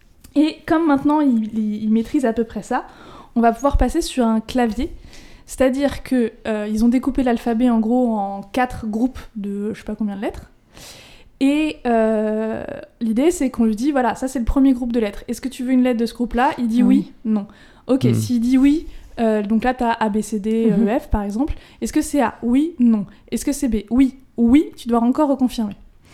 Speaker 1: Et comme maintenant, il, il, il maîtrise à peu près ça, on va pouvoir passer sur un clavier. C'est-à-dire qu'ils euh, ont découpé l'alphabet en gros en quatre groupes de je sais pas combien de lettres. Et euh, l'idée, c'est qu'on lui dit, voilà, ça c'est le premier groupe de lettres. Est-ce que tu veux une lettre de ce groupe-là ? Il dit oui, oui non. Ok, mmh. S'il dit oui, euh, donc là, t'as A, B, C, D, mmh. E, F, par exemple. Est-ce que c'est A ? Oui, non. Est-ce que c'est B ? Oui, oui, tu dois encore reconfirmer.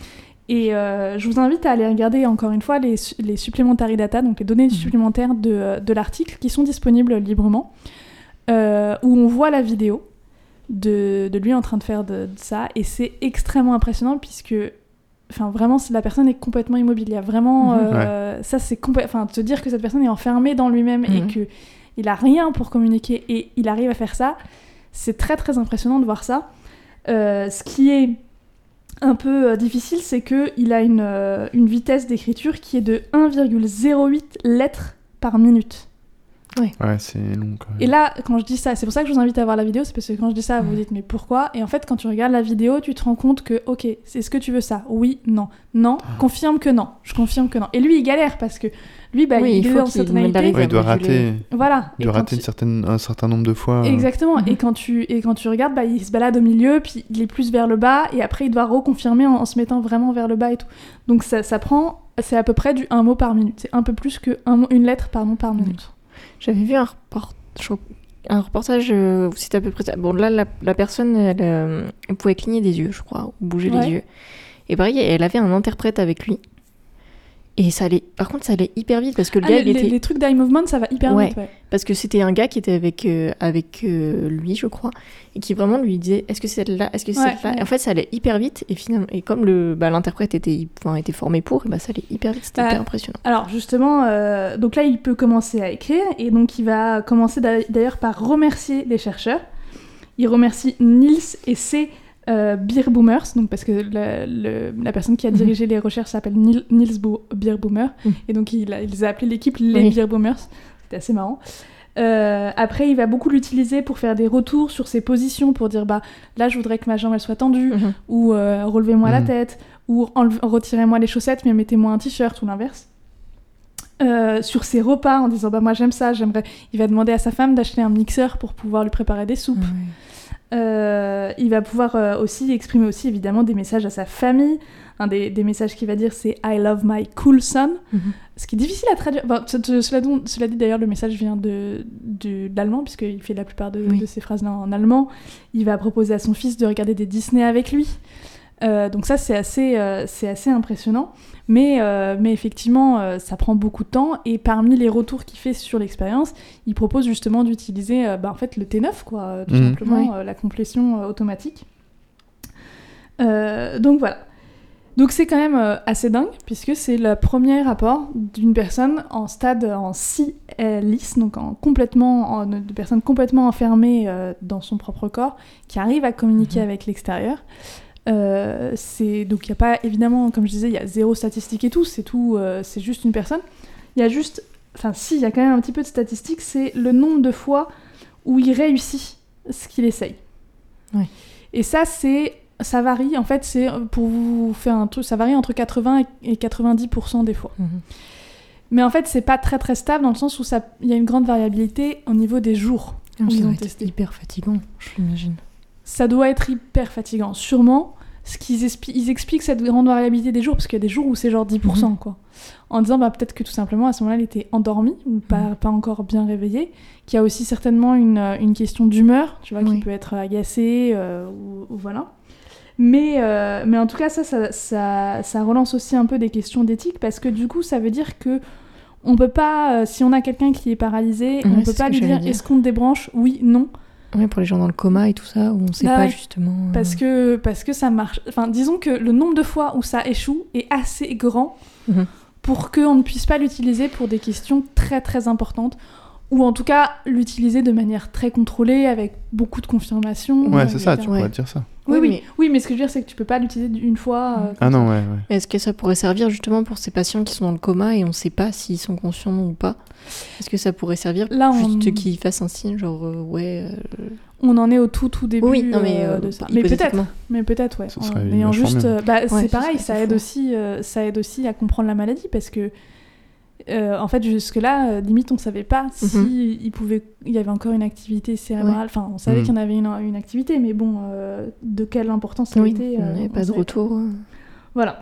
Speaker 1: Et euh, je vous invite à aller regarder, encore une fois, les, les supplementary data, donc les données mmh. supplémentaires de, de l'article, qui sont disponibles librement, euh, où on voit la vidéo de, de lui en train de faire de, de ça. Et c'est extrêmement impressionnant, puisque... Enfin, vraiment, la personne est complètement immobile. Il y a vraiment... Mmh, euh, ouais. Ça, c'est... Compl... Enfin, te dire que cette personne est enfermée dans lui-même mmh. et qu'il n'a rien pour communiquer et il arrive à faire ça, c'est très, très impressionnant de voir ça. Euh, ce qui est un peu euh, difficile, c'est qu'il a une, euh, une vitesse d'écriture qui est de un virgule zéro huit lettres par minute.
Speaker 3: Ouais. ouais, c'est long quand même.
Speaker 1: Et là, quand je dis ça, c'est pour ça que je vous invite à voir la vidéo, c'est parce que quand je dis ça, vous vous dites, mais pourquoi ? Et en fait, quand tu regardes la vidéo, tu te rends compte que, ok, c'est ce que tu veux ça ? Oui, non. Non, ah. confirme que non. Je confirme que non. Et lui, il galère parce que lui, bah,
Speaker 2: oui,
Speaker 1: il,
Speaker 2: il
Speaker 1: est
Speaker 2: faut
Speaker 1: dans cette tonalité.
Speaker 3: Ouais, il doit rater,
Speaker 1: voilà.
Speaker 3: il doit rater
Speaker 1: tu...
Speaker 3: une certaine, un certain nombre de fois.
Speaker 1: Exactement.
Speaker 2: Mm-hmm.
Speaker 1: Et, quand tu, et quand tu regardes, bah, il se balade au milieu, puis il est plus vers le bas, et après, il doit reconfirmer en, en se mettant vraiment vers le bas et tout. Donc, ça, ça prend, c'est à peu près du un mot par minute. C'est un peu plus qu'une lettre pardon, par minute. Mm-hmm.
Speaker 2: J'avais vu un, report... un reportage euh, où c'était à peu près ça. Bon, là, la, la personne, elle, euh, elle pouvait cligner des yeux, je crois, ou bouger ouais. les yeux. Et pareil, elle avait un interprète avec lui. Et ça allait... Par contre, ça allait hyper vite parce que le
Speaker 1: Ah,
Speaker 2: gars,
Speaker 1: les,
Speaker 2: il était...
Speaker 1: les trucs d'eye movement, ça va hyper
Speaker 2: Ouais.
Speaker 1: vite, ouais.
Speaker 2: Parce que c'était un gars qui était avec, euh, avec euh, lui, je crois, et qui vraiment lui disait est-ce que c'est celle-là, est-ce que c'est
Speaker 1: Ouais,
Speaker 2: celle-là
Speaker 1: ouais.
Speaker 2: Et en fait, ça allait hyper vite, et finalement, et comme le, bah, l'interprète était, enfin, était formé pour, et bah, ça allait hyper vite, c'était
Speaker 1: Bah,
Speaker 2: hyper impressionnant.
Speaker 1: Alors justement, euh, donc là il peut commencer à écrire et donc il va commencer d'a- d'ailleurs par remercier les chercheurs. Il remercie Niels et ses euh, Beerboomers, donc parce que le- le- la personne qui a
Speaker 2: Mhm.
Speaker 1: dirigé les recherches s'appelle Niel- Niels Bo- Beerboomer
Speaker 2: Mhm.
Speaker 1: et donc il, a, il les a appelés l'équipe les
Speaker 2: Oui.
Speaker 1: Beerboomers. C'était assez marrant. Euh, après, il va beaucoup l'utiliser pour faire des retours sur ses positions, pour dire bah là je voudrais que ma jambe elle soit tendue,
Speaker 2: Mhm.
Speaker 1: ou euh, relevez-moi la
Speaker 3: Mhm.
Speaker 1: tête, ou enleve- retirez-moi les chaussettes mais mettez-moi un t-shirt ou l'inverse. Euh, sur ses repas en disant bah moi j'aime ça, j'aimerais. Il va demander à sa femme d'acheter un mixeur pour pouvoir lui préparer des soupes. Euh, il va pouvoir euh, aussi exprimer aussi évidemment des messages à sa famille. Un des, des messages qu'il va dire c'est I love my cool son,
Speaker 2: Mhm.
Speaker 1: ce qui est difficile à traduire. Bon, ce- ce- cela, don- cela dit d'ailleurs le message vient de, de, de l'allemand puisqu'il fait la plupart de,
Speaker 2: Oui.
Speaker 1: de ses phrases là en allemand. Il va proposer à son fils de regarder des Disney avec lui. Euh, donc ça c'est assez, euh, c'est assez impressionnant. Mais, euh, mais effectivement, euh, ça prend beaucoup de temps. Et parmi les retours qu'il fait sur l'expérience, il propose justement d'utiliser euh, bah, en fait, le T neuf, quoi, euh, tout
Speaker 3: Mhm.
Speaker 1: simplement,
Speaker 2: Oui.
Speaker 1: euh, la complétion euh, automatique. Euh, donc voilà. Donc c'est quand même euh, assez dingue, puisque c'est le premier rapport d'une personne en stade en sylis, donc en complètement, en, de personne complètement enfermée euh, dans son propre corps, qui arrive à communiquer
Speaker 2: Mhm.
Speaker 1: avec l'extérieur. Euh, c'est donc il y a pas évidemment comme je disais il y a zéro statistique et tout, c'est tout euh, c'est juste une personne. Il y a juste enfin si il y a quand même un petit peu de statistiques, c'est le nombre de fois où il réussit ce qu'il essaye.
Speaker 2: Ouais.
Speaker 1: Et ça c'est ça varie en fait, c'est pour vous faire un truc, ça varie entre quatre-vingts et quatre-vingt-dix pour cent des fois.
Speaker 2: Mhm.
Speaker 1: Mais en fait, c'est pas très très stable dans le sens où ça il y a une grande variabilité au niveau des jours.
Speaker 2: Ah,
Speaker 1: Ils
Speaker 2: ça
Speaker 1: ont
Speaker 2: doit être
Speaker 1: testé.
Speaker 2: hyper fatigant, j'imagine.
Speaker 1: Ça doit être hyper fatigant, sûrement. Ce qu'ils expli- ils expliquent cette grande variabilité des jours, parce qu'il y a des jours où c'est genre dix pour cent,
Speaker 2: Mhm.
Speaker 1: quoi. En disant bah, peut-être que tout simplement à ce moment-là, il était endormi, ou pas,
Speaker 2: Mhm.
Speaker 1: pas encore bien réveillé, qu'il y a aussi certainement une, euh, une question d'humeur, tu vois,
Speaker 2: Oui.
Speaker 1: qui peut être agacé, euh, ou, ou voilà. Mais, euh, mais en tout cas, ça, ça, ça, ça relance aussi un peu des questions d'éthique, parce que du coup, ça veut dire que on peut pas, euh, si on a quelqu'un qui est paralysé,
Speaker 2: Ouais,
Speaker 1: on peut
Speaker 2: c'est ce
Speaker 1: pas
Speaker 2: que
Speaker 1: lui
Speaker 2: j'allais
Speaker 1: dire,
Speaker 2: dire.
Speaker 1: est-ce qu'on te débranche? Oui, non.
Speaker 2: Ouais, pour les gens dans le coma et tout ça, où on sait
Speaker 1: Bah
Speaker 2: pas
Speaker 1: ouais.
Speaker 2: justement... euh,
Speaker 1: Parce que, parce que ça marche. Enfin, disons que le nombre de fois où ça échoue est assez grand
Speaker 2: Mhm.
Speaker 1: pour qu'on ne puisse pas l'utiliser pour des questions très très importantes, ou en tout cas l'utiliser de manière très contrôlée, avec beaucoup de confirmation.
Speaker 3: Ouais,
Speaker 1: euh,
Speaker 3: c'est ça,
Speaker 1: et cetera.
Speaker 3: tu
Speaker 2: Ouais.
Speaker 3: pourrais dire ça.
Speaker 1: Oui,
Speaker 2: Oui,
Speaker 1: oui.
Speaker 2: mais-
Speaker 1: oui, mais ce que je veux dire, c'est que tu peux pas l'utiliser une fois. euh,
Speaker 3: Ah
Speaker 1: comme
Speaker 3: non,
Speaker 1: ça.
Speaker 3: ouais, ouais.
Speaker 2: Est-ce que ça pourrait servir justement pour ces patients qui sont dans le coma et on sait pas s'ils sont conscients ou pas? Est-ce que ça pourrait servir
Speaker 1: Là, on-
Speaker 2: juste qu'ils fassent un signe, genre euh, ouais... euh,
Speaker 1: On en est au tout tout début
Speaker 2: Oui, non mais
Speaker 1: euh,
Speaker 2: euh,
Speaker 1: de ça. Mais peut-être,
Speaker 2: hypothétiquement.
Speaker 1: mais peut-être, ouais.
Speaker 3: Ce
Speaker 1: En
Speaker 3: serait
Speaker 1: ayant
Speaker 3: vachement
Speaker 1: juste,
Speaker 3: bien.
Speaker 1: euh, bah,
Speaker 2: Ouais,
Speaker 1: c'est
Speaker 2: ce
Speaker 1: pareil,
Speaker 2: serait
Speaker 1: ça
Speaker 2: assez
Speaker 1: aide
Speaker 2: fort.
Speaker 1: aussi, euh, ça aide aussi à comprendre la maladie parce que. Euh, en fait, jusque-là, euh, limite, on savait pas si
Speaker 2: Mhm.
Speaker 1: il pouvait, il y avait encore une activité cérébrale. Enfin, on savait
Speaker 3: Mhm.
Speaker 1: qu'il y en avait une, une activité, mais bon, euh, de quelle importance ça
Speaker 2: Oui,
Speaker 1: était.
Speaker 2: on
Speaker 1: euh,
Speaker 2: n'avait
Speaker 1: on
Speaker 2: pas de
Speaker 1: savait
Speaker 2: retour. euh.
Speaker 1: Voilà.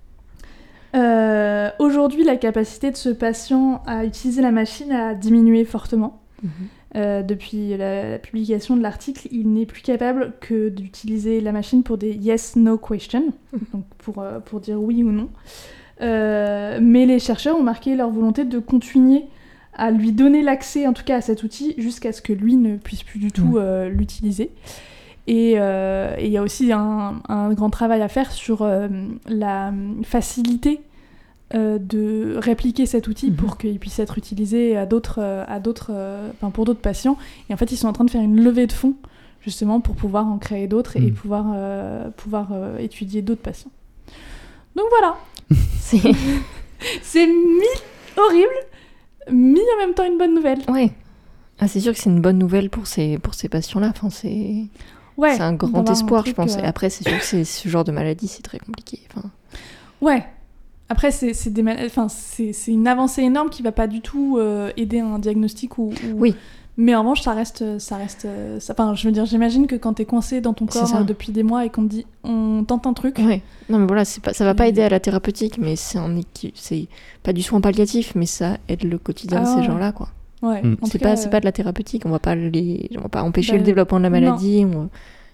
Speaker 1: Euh, Aujourd'hui, la capacité de ce patient à utiliser la machine a diminué fortement.
Speaker 2: Mhm.
Speaker 1: Euh, depuis la, la publication de l'article, il n'est plus capable que d'utiliser la machine pour des yes-no questions, donc pour, euh, pour dire oui ou non. Euh, mais les chercheurs ont marqué leur volonté de continuer à lui donner l'accès, en tout cas à cet outil, jusqu'à ce que lui ne puisse plus du tout
Speaker 2: Mhm.
Speaker 1: euh, l'utiliser. Et euh, et il y a aussi un, un grand travail à faire sur euh, la facilité euh, de répliquer cet outil
Speaker 2: Mhm.
Speaker 1: pour qu'il puisse être utilisé à d'autres, euh, à d'autres, euh, enfin, pour d'autres patients. Et en fait, ils sont en train de faire une levée de fonds justement pour pouvoir en créer d'autres et
Speaker 3: Mhm.
Speaker 1: pouvoir, euh, pouvoir euh, étudier d'autres patients. Donc voilà,
Speaker 2: C'est...
Speaker 1: c'est mi-horrible, mi-en même temps une bonne nouvelle.
Speaker 2: Ouais. Ah, c'est sûr que c'est une bonne nouvelle pour ces, pour ces patients-là. Enfin, c'est...
Speaker 1: Ouais,
Speaker 2: c'est un grand
Speaker 1: d'avoir un
Speaker 2: espoir, je
Speaker 1: truc,
Speaker 2: pense.
Speaker 1: euh,
Speaker 2: Et après, c'est sûr que c'est, ce genre de maladie, c'est très compliqué. Enfin,
Speaker 1: Ouais. Après, c'est, c'est, des mal- enfin, c'est, c'est une avancée énorme qui va pas du tout euh, aider un diagnostic ou, ou-
Speaker 2: Oui.
Speaker 1: Mais en revanche, ça reste, ça reste. euh, ça- Enfin, je veux dire, j'imagine que quand t'es coincé dans ton
Speaker 2: C'est
Speaker 1: corps
Speaker 2: ça.
Speaker 1: euh, depuis des mois et qu'on te dit, on tente un truc.
Speaker 2: ouais. Non, mais voilà, c'est pas, ça va pas
Speaker 1: Et-
Speaker 2: aider à la thérapeutique, mais c'est, un, équi- c'est pas du soin palliatif, mais ça aide le quotidien
Speaker 1: Ah
Speaker 2: de ces
Speaker 1: ouais.
Speaker 2: gens-là, quoi.
Speaker 1: Ouais.
Speaker 3: Mm.
Speaker 1: En
Speaker 2: C'est
Speaker 1: tout
Speaker 2: pas,
Speaker 1: cas,
Speaker 2: c'est
Speaker 1: euh,
Speaker 2: pas de la thérapeutique, on va pas, les... on va pas empêcher
Speaker 1: bah,
Speaker 2: le développement de la
Speaker 1: non.
Speaker 2: maladie, on-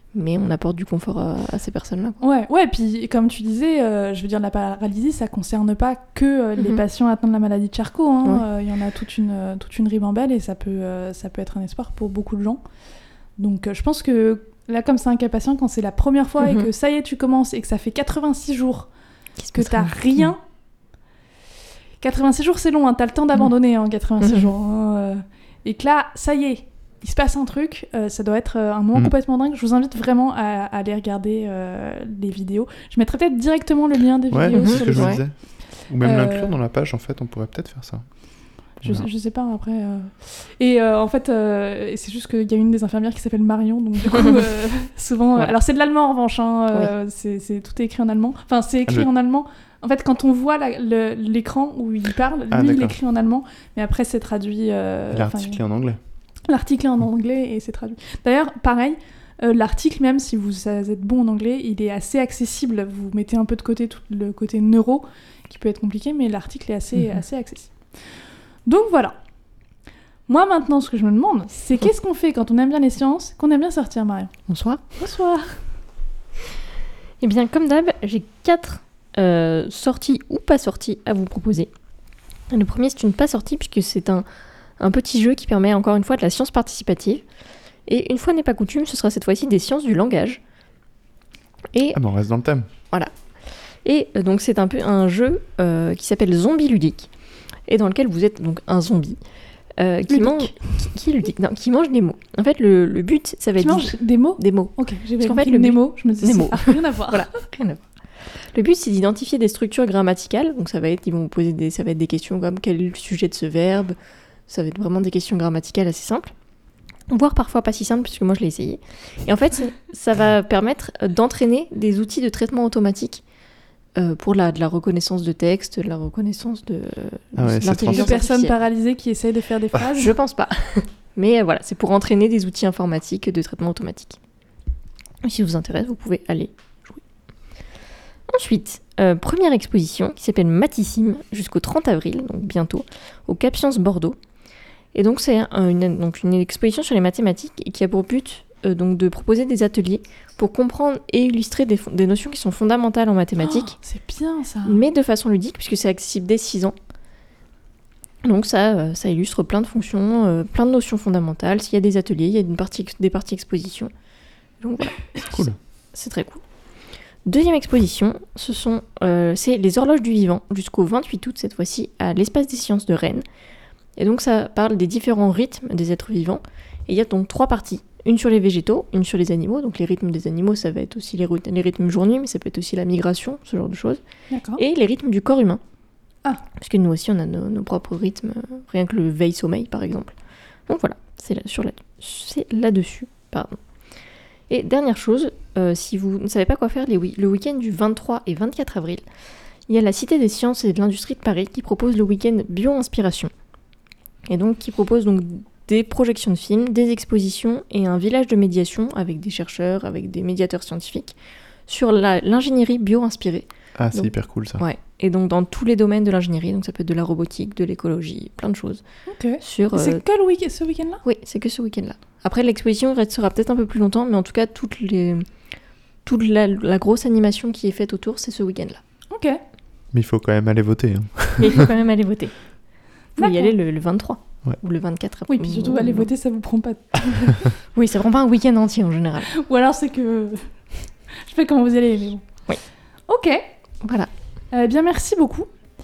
Speaker 2: mais on apporte du confort à, à ces personnes-là. quoi.
Speaker 1: Ouais, ouais, puis comme tu disais, euh, je veux dire, la paralysie, ça concerne pas que euh, les
Speaker 2: Mhm.
Speaker 1: patients atteints de la maladie de Charcot. hein.
Speaker 2: Ouais.
Speaker 1: Euh, Il y en a toute une, euh, toute une ribambelle et ça peut, euh, ça peut être un espoir pour beaucoup de gens. Donc euh, je pense que là, comme c'est un cas patient, quand c'est la première fois
Speaker 2: Mhm.
Speaker 1: et que ça y est, tu commences et que ça fait quatre-vingt-six jours
Speaker 2: Qu'est-ce
Speaker 1: que
Speaker 2: ça
Speaker 1: t'as rien... quatre-vingt-six jours, c'est long, hein, t'as le temps d'abandonner en quatre-vingt-six
Speaker 2: Mhm.
Speaker 1: jours. hein, euh, Et que là, ça y est, il se passe un truc, euh, ça doit être euh, un moment
Speaker 3: Mhm.
Speaker 1: complètement dingue. Je vous invite vraiment à, à aller regarder euh, les vidéos. Je mettrai peut-être directement le lien des
Speaker 3: Ouais,
Speaker 1: vidéos
Speaker 3: c'est
Speaker 1: sur
Speaker 3: ce
Speaker 1: le
Speaker 3: que je me
Speaker 1: site.
Speaker 3: disais. Ou même
Speaker 1: Euh,
Speaker 3: l'inclure dans la page, en fait, on pourrait peut-être faire ça.
Speaker 1: Je,
Speaker 3: Voilà.
Speaker 1: je sais pas, après... euh. Et euh, en fait, euh, c'est juste qu'il y a une des infirmières qui s'appelle Marion, donc du coup, euh, souvent... euh,
Speaker 2: Voilà.
Speaker 1: Alors c'est de l'allemand en revanche, hein, euh, c'est, c'est, tout est écrit en allemand. Enfin, c'est écrit
Speaker 3: Le-
Speaker 1: en allemand. En fait, quand on voit la- le- l'écran où il parle,
Speaker 3: Ah,
Speaker 1: lui, il
Speaker 3: d'accord.
Speaker 1: écrit en allemand, mais après, c'est traduit... euh,
Speaker 3: Et L'article
Speaker 1: enfin,
Speaker 3: est en anglais.
Speaker 1: L'article est en anglais et c'est traduit. D'ailleurs, pareil, euh, l'article, même si vous êtes bon en anglais, il est assez accessible. Vous mettez un peu de côté tout le côté neuro, qui peut être compliqué, mais l'article est assez,
Speaker 2: Mhm.
Speaker 1: assez accessible. Donc voilà. Moi, maintenant, ce que je me demande, c'est qu'est-ce qu'on fait quand on aime bien les sciences, qu'on aime bien sortir, Marion.
Speaker 2: Bonsoir.
Speaker 1: Bonsoir.
Speaker 2: Eh bien, comme d'hab, j'ai quatre euh, sorties ou pas sorties à vous proposer. Le premier, c'est une pas sortie, puisque c'est un, un petit jeu qui permet encore une fois de la science participative. Et une fois n'est pas coutume, ce sera cette fois-ci des sciences du langage. Et,
Speaker 3: Ah, mais on reste dans le thème.
Speaker 2: et euh, donc, c'est un peu un jeu euh, qui s'appelle Zombie Ludique, et dans lequel vous êtes donc un zombie euh, qui,
Speaker 1: Ludique.
Speaker 2: mange, qui, qui est ludique, non, qui mange des mots. En fait, le, le but, ça va
Speaker 1: Tu
Speaker 2: être
Speaker 1: manges des mots
Speaker 2: des mots.
Speaker 1: Ok, j'ai
Speaker 2: Parce qu'en
Speaker 1: compris
Speaker 2: fait, le but-
Speaker 1: Nemo, je me disais,
Speaker 2: Nemo.
Speaker 1: ça n'a rien à voir.
Speaker 2: Voilà. Rien à voir. Le but, c'est d'identifier des structures grammaticales. Donc, ça va être, ils vont vous poser des, ça va être des questions comme quel est le sujet de ce verbe. Ça va être vraiment des questions grammaticales assez simples, voire parfois pas si simples, puisque moi je l'ai essayé. Et en fait, ça, ça va permettre euh, d'entraîner des outils de traitement automatique euh, pour la, de la reconnaissance de texte, de la reconnaissance de,
Speaker 3: Ah ouais,
Speaker 2: de
Speaker 3: c'est
Speaker 1: De
Speaker 2: l'intelligence
Speaker 1: personnes
Speaker 2: artificielle.
Speaker 1: paralysées qui essayent de faire des phrases.
Speaker 2: Je pense pas. Mais euh, voilà, c'est pour entraîner des outils informatiques de traitement automatique. Et si ça vous intéresse, vous pouvez aller jouer. Ensuite, euh, première exposition qui s'appelle Matissime jusqu'au trente avril, donc bientôt, au Cap Science Bordeaux. Et donc c'est un- une, donc une exposition sur les mathématiques et qui a pour but euh, donc de proposer des ateliers pour comprendre et illustrer des, fo- des notions qui sont fondamentales en mathématiques,
Speaker 1: Oh, c'est bien ça.
Speaker 2: mais de façon ludique, puisque c'est accessible dès six ans. Donc ça, euh, ça illustre plein de fonctions, euh, plein de notions fondamentales. S'il y a des ateliers, il y a une partie, ex- des parties exposition. Donc voilà,
Speaker 3: Cool.
Speaker 2: c'est très cool. Deuxième exposition, ce sont, euh, c'est les horloges du vivant, jusqu'au vingt-huit août cette fois-ci, à l'Espace des sciences de Rennes. Et donc ça parle des différents rythmes des êtres vivants. Et il y a donc trois parties. Une sur les végétaux, une sur les animaux. Donc les rythmes des animaux, ça va être aussi les, ryth- les rythmes jour-nuit, mais ça peut être aussi la migration, ce genre de choses.
Speaker 1: D'accord.
Speaker 2: Et les rythmes du corps humain.
Speaker 1: Ah.
Speaker 2: Parce que nous aussi, on a nos, nos propres rythmes, euh, rien que le veille-sommeil, par exemple. Donc voilà, c'est là, sur la- c'est là-dessus. Pardon. Et dernière chose, euh, si vous ne savez pas quoi faire les wi- le week-end du vingt-trois et vingt-quatre avril, il y a la Cité des sciences et de l'industrie de Paris qui propose le week-end Bio-Inspiration. Et donc qui propose donc des projections de films, des expositions et un village de médiation avec des chercheurs, avec des médiateurs scientifiques sur la- l'ingénierie bio-inspirée.
Speaker 3: Ah, c'est
Speaker 2: Donc-
Speaker 3: hyper cool ça.
Speaker 2: Ouais. Et donc dans tous les domaines de l'ingénierie, donc ça peut être de la robotique, de l'écologie, plein de choses.
Speaker 1: Ok.
Speaker 2: Sur,
Speaker 1: Et C'est
Speaker 2: euh,
Speaker 1: que le week- ce week-end-là
Speaker 2: Oui, c'est que ce week-end-là. Après, l'exposition restera peut-être un peu plus longtemps, mais en tout cas, toutes les... toute la, la grosse animation qui est faite autour, c'est ce week-end-là.
Speaker 1: Ok.
Speaker 3: Mais il faut quand même aller voter. hein.
Speaker 2: Mais il faut quand même aller voter. Vous pouvez y
Speaker 1: D'accord.
Speaker 2: aller le, le vingt-trois
Speaker 3: Ouais.
Speaker 2: ou le vingt-quatre.
Speaker 1: Oui, puis surtout,
Speaker 2: Ou-
Speaker 1: aller voter, ça vous prend pas. de-
Speaker 2: Oui, ça prend pas un week-end entier en général.
Speaker 1: Ou alors, c'est que. Je sais pas comment vous allez, mais bon.
Speaker 2: Oui.
Speaker 1: Ok.
Speaker 2: Voilà.
Speaker 1: Euh, bien, merci beaucoup.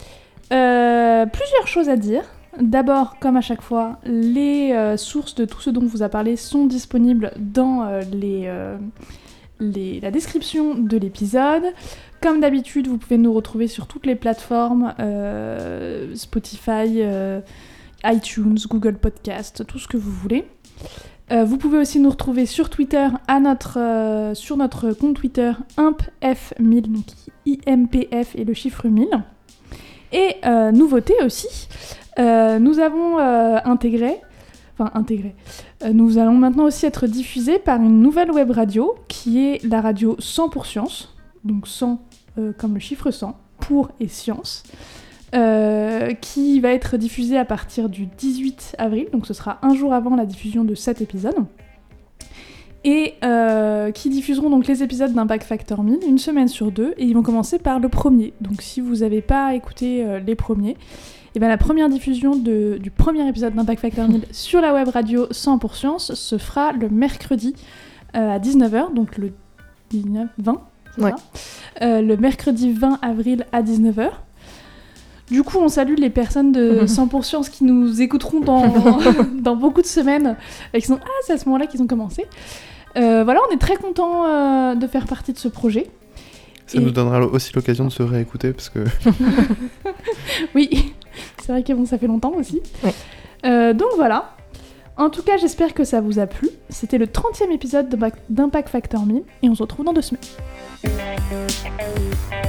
Speaker 1: Euh, plusieurs choses à dire. D'abord, comme à chaque fois, les euh, sources de tout ce dont on vous a parlé sont disponibles dans euh, les, euh, les- la description de l'épisode. Comme d'habitude, vous pouvez nous retrouver sur toutes les plateformes, euh, Spotify, euh, iTunes, Google Podcast, tout ce que vous voulez. Euh, vous pouvez aussi nous retrouver sur Twitter, à notre, euh, sur notre compte Twitter I M P F mille, donc I M P F et le chiffre mille. Et euh, nouveauté aussi, euh, nous avons euh, intégré, enfin intégré, euh, nous allons maintenant aussi être diffusés par une nouvelle web radio qui est la radio cent pour Science, donc cent euh, comme le chiffre cent, pour et science. Euh, qui va être diffusé à partir du dix-huit avril, donc ce sera un jour avant la diffusion de cet épisode. et euh, qui diffuseront donc les épisodes d'Impact Factor mille une semaine sur deux, et ils vont commencer par le premier. Donc si vous n'avez pas écouté euh, les premiers, et ben la première diffusion de, du premier épisode d'Impact Factor mille sur la web radio cent pour Science se fera le mercredi euh, à dix-neuf heures, donc le dix-neuf, vingt, c'est
Speaker 2: Ouais.
Speaker 1: ça euh, le mercredi vingt avril à dix-neuf heures. Du coup, on salue les personnes de cent pour Science qui nous écouteront dans, dans beaucoup de semaines et qui sont « Ah, c'est à ce moment-là qu'ils ont commencé ». Euh, voilà, on est très contents euh, de faire partie de ce projet.
Speaker 3: Ça
Speaker 1: Et-
Speaker 3: nous donnera aussi l'occasion de se réécouter parce que
Speaker 1: Oui, c'est vrai que bon, ça fait longtemps aussi.
Speaker 2: Ouais.
Speaker 1: Euh, donc voilà. En tout cas, j'espère que ça vous a plu. C'était le trentième épisode de Bac- d'Impact Factor mille et on se retrouve dans deux semaines.